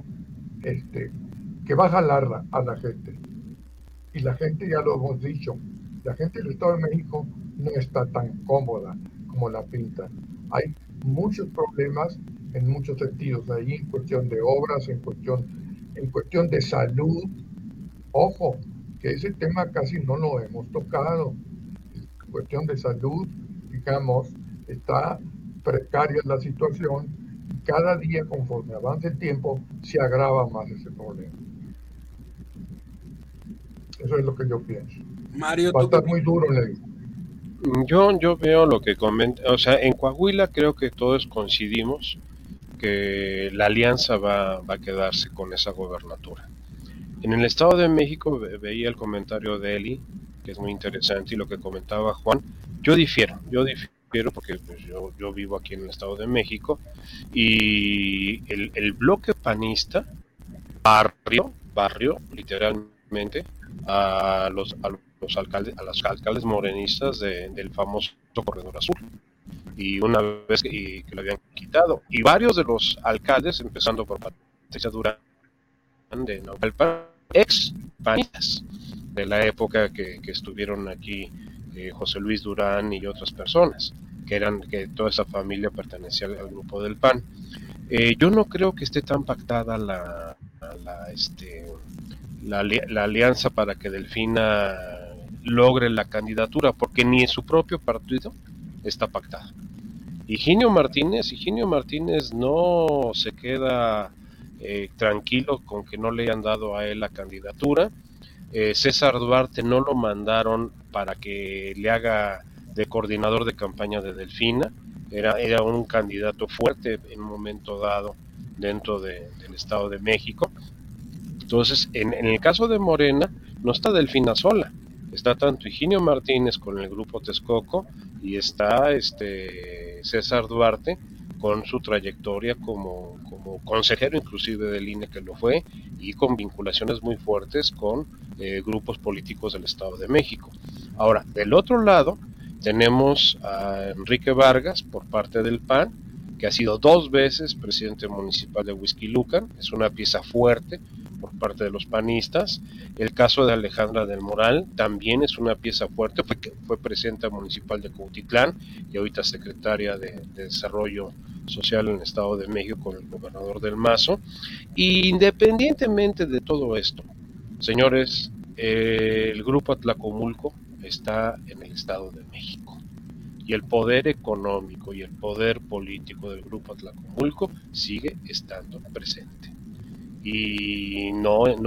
Que va a jalar a la gente. Y la gente, ya lo hemos dicho, la gente del Estado de México no está tan cómoda como la pintan. Hay muchos problemas en muchos sentidos, ahí en cuestión de obras, en cuestión de salud. Ojo, que ese tema casi no lo hemos tocado. En cuestión de salud, digamos, está precaria la situación y cada día conforme avanza el tiempo se agrava más ese problema. Eso es lo que yo pienso. Mario, va a estar muy duro, Levi. Yo veo lo que comenta, o sea, en Coahuila creo que todos coincidimos que la alianza va a quedarse con esa gobernatura. En el Estado de México veía el comentario de Eli, que es muy interesante, y lo que comentaba Juan. Yo difiero porque pues, yo vivo aquí en el Estado de México, y el bloque panista barrió literalmente a los alcaldes, a los alcaldes morenistas del famoso Corredor Azul. Y una vez que lo habían quitado, y varios de los alcaldes, empezando por Patricia Durán de Naucalpan, ex panistas de la época que estuvieron aquí, José Luis Durán y otras personas, que toda esa familia pertenecía al grupo del PAN. Yo no creo que esté tan pactada la alianza para que Delfina logre la candidatura, porque ni en su propio partido está pactada. Higinio Martínez no se queda tranquilo con que no le hayan dado a él la candidatura. César Duarte no lo mandaron para que le haga de coordinador de campaña de Delfina. Era un candidato fuerte en un momento dado dentro del Estado de México. Entonces, en el caso de Morena, no está Delfina sola. Está tanto Higinio Martínez con el grupo Texcoco, y está César Duarte con su trayectoria como consejero inclusive del INE, que lo fue, y con vinculaciones muy fuertes con grupos políticos del Estado de México. Ahora, del otro lado, tenemos a Enrique Vargas por parte del PAN, que ha sido 2 veces presidente municipal de Huixquilucan, es una pieza fuerte por parte de los panistas. El caso de Alejandra del Moral también es una pieza fuerte, fue presidenta municipal de Cuautitlán y ahorita secretaria de Desarrollo Social en el Estado de México con el gobernador del Mazo. Y independientemente de todo esto, señores, el grupo Atlacomulco está en el Estado de México, y el poder económico y el poder político del grupo Atlacomulco sigue estando presente. Y no les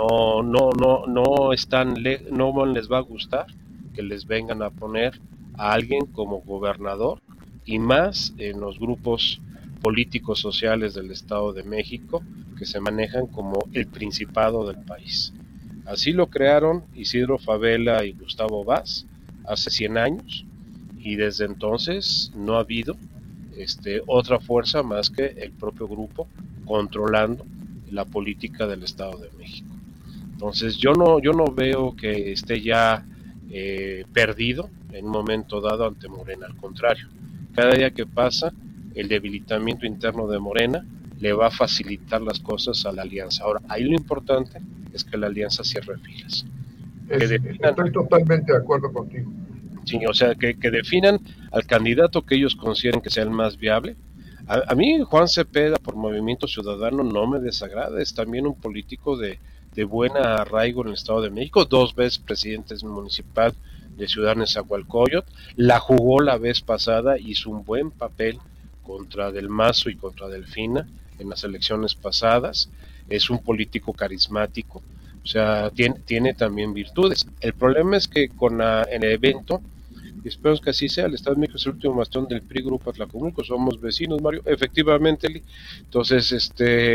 va a gustar que les vengan a poner a alguien como gobernador, y más en los grupos políticos sociales del Estado de México, que se manejan como el principado del país. Así lo crearon Isidro Fabela y Gustavo Vaz hace 100 años, y desde entonces no ha habido otra fuerza más que el propio grupo controlando la política del Estado de México. Entonces yo no veo que esté ya perdido en un momento dado ante Morena. Al contrario, cada día que pasa, el debilitamiento interno de Morena le va a facilitar las cosas a la alianza. Ahora, ahí lo importante es que la alianza cierre filas. Estoy totalmente de acuerdo contigo. Sí, o sea, que definan al candidato que ellos consideren que sea el más viable. A mí Juan Cepeda por Movimiento Ciudadano no me desagrada, es también un político de buen arraigo en el Estado de México, 2 veces presidente municipal de Ciudad Nezahualcóyotl, la jugó la vez pasada, hizo un buen papel contra Del Mazo y contra Delfina en las elecciones pasadas, es un político carismático, o sea, tiene también virtudes. El problema es que en el evento, y esperemos que así sea, el Estado de México es el último bastión del PRI Grupo Atlacomulco, somos vecinos, Mario, efectivamente. Entonces,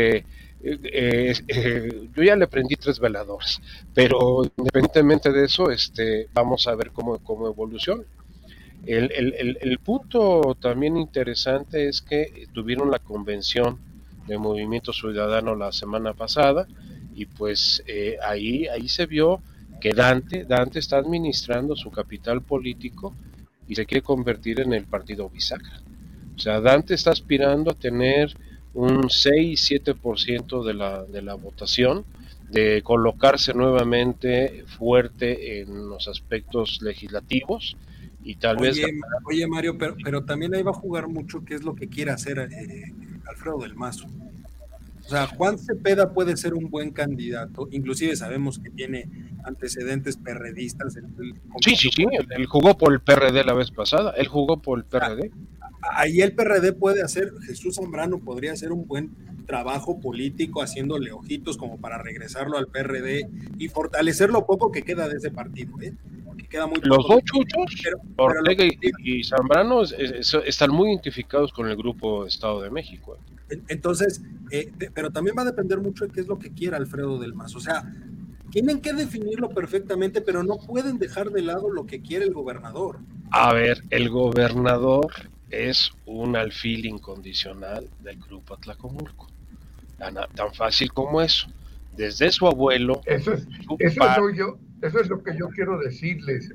yo ya le prendí 3 veladores, pero independientemente de eso, vamos a ver cómo evoluciona. El punto también interesante es que tuvieron la convención de Movimiento Ciudadano la semana pasada, y pues ahí se vio que Dante está administrando su capital político y se quiere convertir en el partido bisagra. O sea, Dante está aspirando a tener un 6-7% de la votación, de colocarse nuevamente fuerte en los aspectos legislativos, y tal vez... Oye Mario, pero también ahí va a jugar mucho qué es lo que quiere hacer Alfredo del Mazo. O sea, Juan Cepeda puede ser un buen candidato, inclusive sabemos que tiene antecedentes perredistas. Sí, él jugó por el PRD la vez pasada, él jugó por el PRD. Ahí el PRD puede hacer, Jesús Zambrano podría hacer un buen trabajo político haciéndole ojitos como para regresarlo al PRD y fortalecer lo poco que queda de ese partido, ¿eh? que queda muy Los poco dos chuchos, pero Ortega y Zambrano, están muy identificados con el grupo Estado de México. Entonces, pero también va a depender mucho de qué es lo que quiera Alfredo del Mazo. O sea, tienen que definirlo perfectamente, pero no pueden dejar de lado lo que quiere el gobernador. A ver, el gobernador es un alfil incondicional del grupo Atlacomulco. Tan fácil como eso. Desde su abuelo. Eso es lo que yo quiero decirles.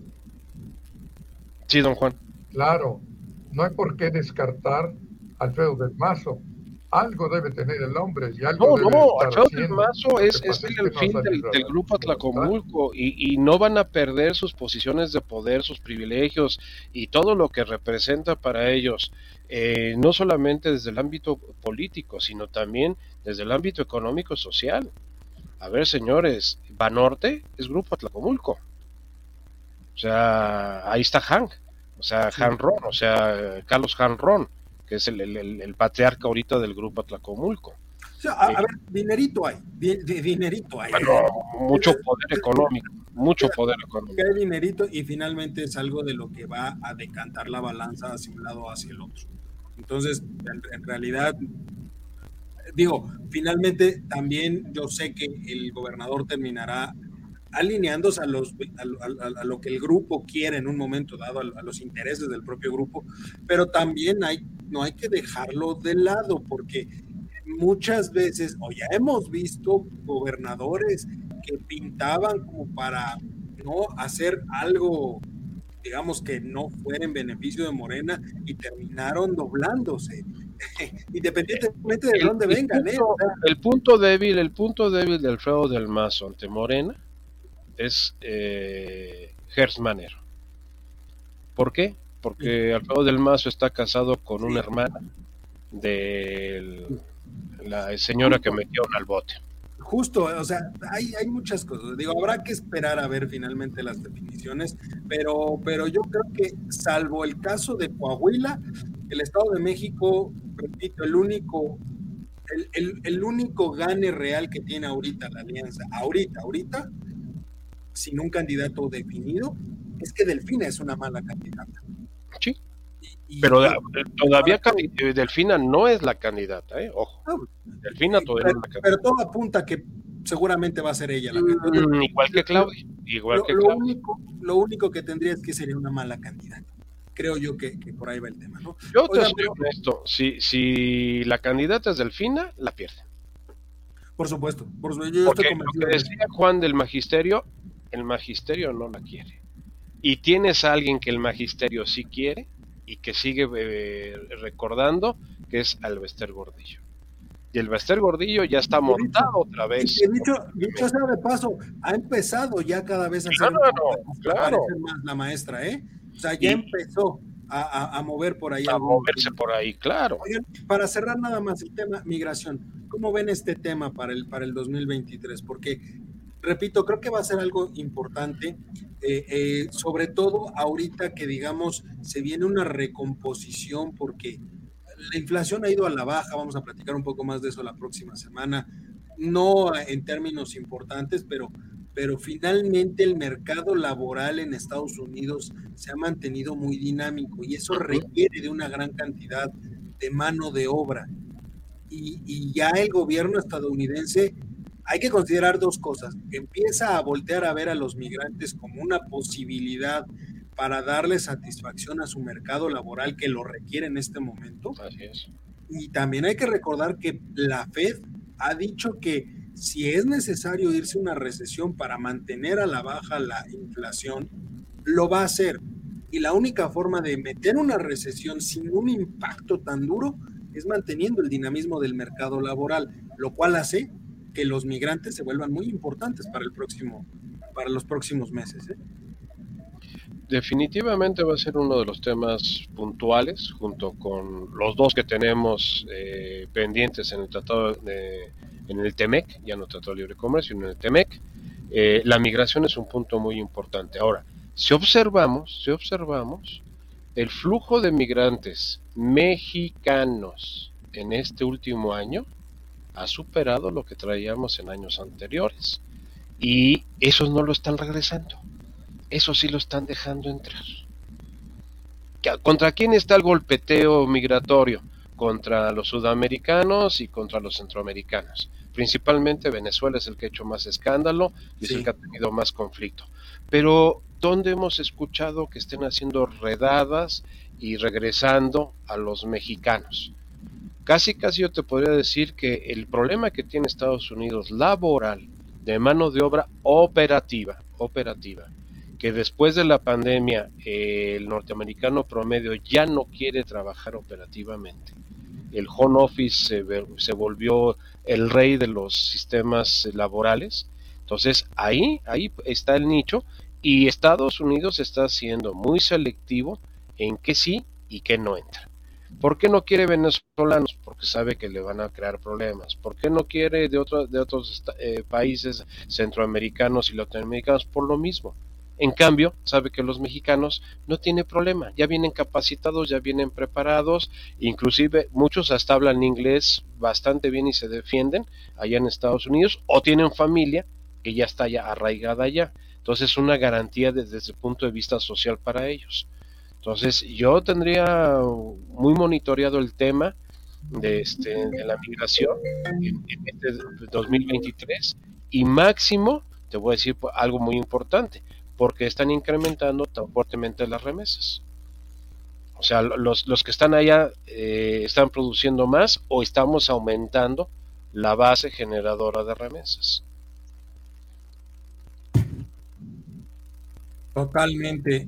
Sí, don Juan. Claro, no hay por qué descartar a Alfredo del Mazo. Algo debe tener el hombre y algo debe estar Alfredo haciendo. del Mazo es el alfil del grupo Atlacomulco y no van a perder sus posiciones de poder, sus privilegios y todo lo que representa para ellos, no solamente desde el ámbito político, sino también desde el ámbito económico y social. A ver, señores, Banorte es grupo Atlacomulco. O sea, ahí está Hank, o sea, sí. Han Ron, o sea, Carlos Han Ron, que es el patriarca ahorita del grupo Atlacomulco. O sea, a ver, dinerito hay, dinerito hay. Bueno, mucho poder económico, poder económico. Hay dinerito y finalmente es algo de lo que va a decantar la balanza hacia un lado o hacia el otro. Entonces, en realidad, digo, finalmente también yo sé que el gobernador terminará alineándose a lo que el grupo quiere en un momento dado, a los intereses del propio grupo, pero también no hay que dejarlo de lado, porque muchas veces, o ya hemos visto gobernadores que pintaban como para no hacer algo, digamos, que no fuera en beneficio de Morena y terminaron doblándose, independientemente de dónde vengan. El punto débil de Alfredo del Mazo ante Morena es Gertz Manero. ¿Por qué? Porque Alfredo del Mazo está casado con una hermana de la señora que metieron al bote. Justo, o sea, hay muchas cosas. Digo, habrá que esperar a ver finalmente las definiciones, pero yo creo que salvo el caso de Coahuila, el Estado de México, repito, el único gane real que tiene ahorita la alianza, ahorita, sin un candidato definido, es que Delfina es una mala candidata. Sí, pero todavía Delfina no es la candidata, ojo. Delfina todavía no es la candidata. Pero todo apunta que seguramente va a ser ella la candidata. Igual que Claudia. Lo único que tendría es que sería una mala candidata. Creo yo que por ahí va el tema, ¿no? Yo te soy honesto, si la candidata es Delfina, la pierde. Por supuesto. Yo estoy convencido. Lo que decía Juan del magisterio, el magisterio no la quiere. Y tienes a alguien que el magisterio sí quiere y que sigue recordando, que es Alvester Gordillo. Y el Alvester Gordillo ya está montado otra vez. Dicho sea de paso, ha empezado ya cada vez a parecer más la maestra, O sea, ya empezó a mover por ahí. A moverse por ahí, claro. Oigan, para cerrar nada más el tema migración, ¿cómo ven este tema para el 2023? Porque, repito, creo que va a ser algo importante, sobre todo ahorita que, digamos, se viene una recomposición porque la inflación ha ido a la baja, vamos a platicar un poco más de eso la próxima semana, no en términos importantes, pero finalmente el mercado laboral en Estados Unidos se ha mantenido muy dinámico y eso requiere de una gran cantidad de mano de obra. Y ya el gobierno estadounidense, hay que considerar dos cosas: empieza a voltear a ver a los migrantes como una posibilidad para darle satisfacción a su mercado laboral que lo requiere en este momento. Así es. Y también hay que recordar que la Fed ha dicho que si es necesario irse a una recesión para mantener a la baja la inflación, lo va a hacer. Y la única forma de meter una recesión sin un impacto tan duro es manteniendo el dinamismo del mercado laboral, lo cual hace que los migrantes se vuelvan muy importantes para los próximos meses. Definitivamente va a ser uno de los temas puntuales, junto con los dos que tenemos pendientes en el tratado en el TEMEC, ya no Tratado de Libre Comercio, sino en el TEMEC. La migración es un punto muy importante. Ahora, si observamos, el flujo de migrantes mexicanos en este último año ha superado lo que traíamos en años anteriores y esos no lo están regresando. eso sí lo están dejando entrar. ¿Contra quién está el golpeteo migratorio? Contra los sudamericanos y contra los centroamericanos. Principalmente Venezuela es el que ha hecho más escándalo y es el que ha tenido más conflicto. Pero ¿dónde hemos escuchado que estén haciendo redadas y regresando a los mexicanos? Casi yo te podría decir que el problema que tiene Estados Unidos laboral, de mano de obra operativa, que después de la pandemia el norteamericano promedio ya no quiere trabajar operativamente. El home office se volvió el rey de los sistemas laborales. Entonces ahí está el nicho, y Estados Unidos está siendo muy selectivo en qué sí y qué no entra. ¿Por qué no quiere venezolanos? Porque sabe que le van a crear problemas. ¿Por qué no quiere de otros países centroamericanos y latinoamericanos? Por lo mismo. En cambio, sabe que los mexicanos no tienen problema, ya vienen capacitados, ya vienen preparados, inclusive muchos hasta hablan inglés bastante bien y se defienden allá en Estados Unidos, o tienen familia que ya está ya arraigada allá. Entonces es una garantía desde el punto de vista social para ellos. Entonces yo tendría muy monitoreado el tema de la migración en este 2023, y máximo, te voy a decir algo muy importante, porque están incrementando tan fuertemente las remesas. O sea, los que están allá están produciendo más, o estamos aumentando la base generadora de remesas. Totalmente.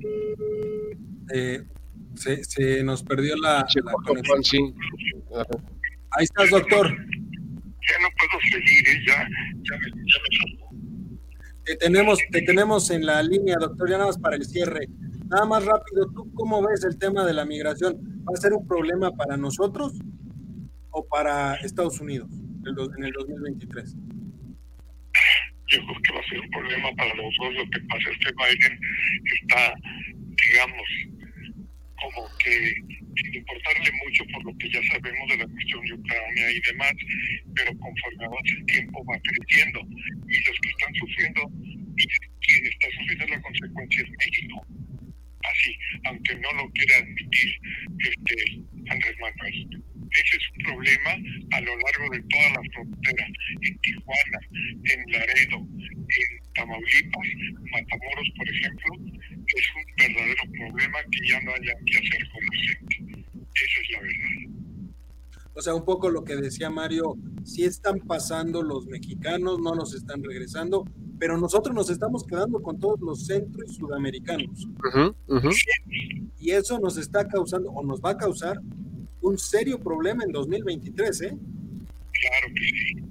Se nos perdió la conexión. Sí. Ahí estás, doctor. Ya no puedo seguir, ya me salgo. Te tenemos en la línea, doctor, ya nada más para el cierre. Nada más rápido, ¿tú cómo ves el tema de la migración? ¿Va a ser un problema para nosotros o para Estados Unidos en el 2023? Yo creo que va a ser un problema para los dos. Lo que pasa es que Biden está, digamos, como que sin importarle mucho por lo que ya sabemos de la cuestión de Ucrania y demás, pero conforme avanza el tiempo va creciendo, y los que están sufriendo, y quien está sufriendo la consecuencia es México. Así, aunque no lo quiera admitir Andrés Manuel. Ese es un problema a lo largo de toda la frontera, en Tijuana, en Laredo, en Tamaulipas, Matamoros, por ejemplo. Es un verdadero problema que ya no haya que hacer con la gente. Esa es la verdad. O sea, un poco lo que decía Mario, sí están pasando los mexicanos, no nos están regresando, pero nosotros nos estamos quedando con todos los centro y sudamericanos. Y eso nos está causando, o nos va a causar, un serio problema en 2023, ¿eh? Claro que sí.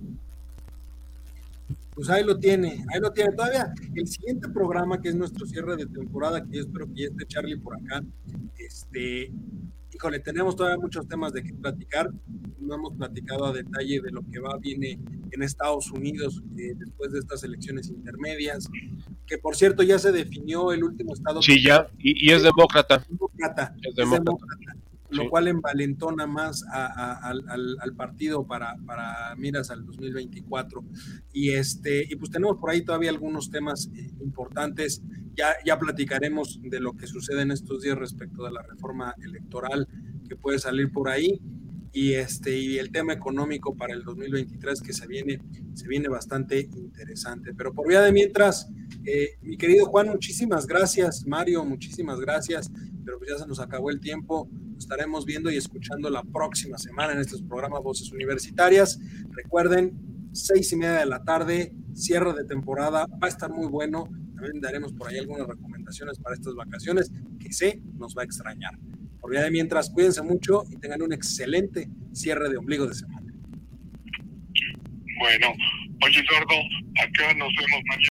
Pues ahí lo tiene. Todavía el siguiente programa, que es nuestro cierre de temporada, que yo espero que ya esté Charlie por acá, híjole, tenemos todavía muchos temas de que platicar. No hemos platicado a detalle de lo que viene en Estados Unidos después de estas elecciones intermedias, que por cierto ya se definió el último estado. Sí, ya, y es demócrata. Es demócrata. Lo cual envalentona más al partido para miras al 2024. Y pues tenemos por ahí todavía algunos temas importantes. Ya platicaremos de lo que sucede en estos días respecto de la reforma electoral que puede salir por ahí. Y el tema económico para el 2023 que se viene bastante interesante. Pero por vía de mientras, mi querido Juan, muchísimas gracias. Mario, muchísimas gracias. Pero pues ya se nos acabó el tiempo. Nos estaremos viendo y escuchando la próxima semana en estos programas Voces Universitarias. Recuerden, 6:30 de la tarde, cierre de temporada, va a estar muy bueno. También daremos por ahí algunas recomendaciones para estas vacaciones que nos va a extrañar. Por vía de mientras, cuídense mucho y tengan un excelente cierre de ombligo de semana. Bueno, oye, Eduardo, acá nos vemos mañana.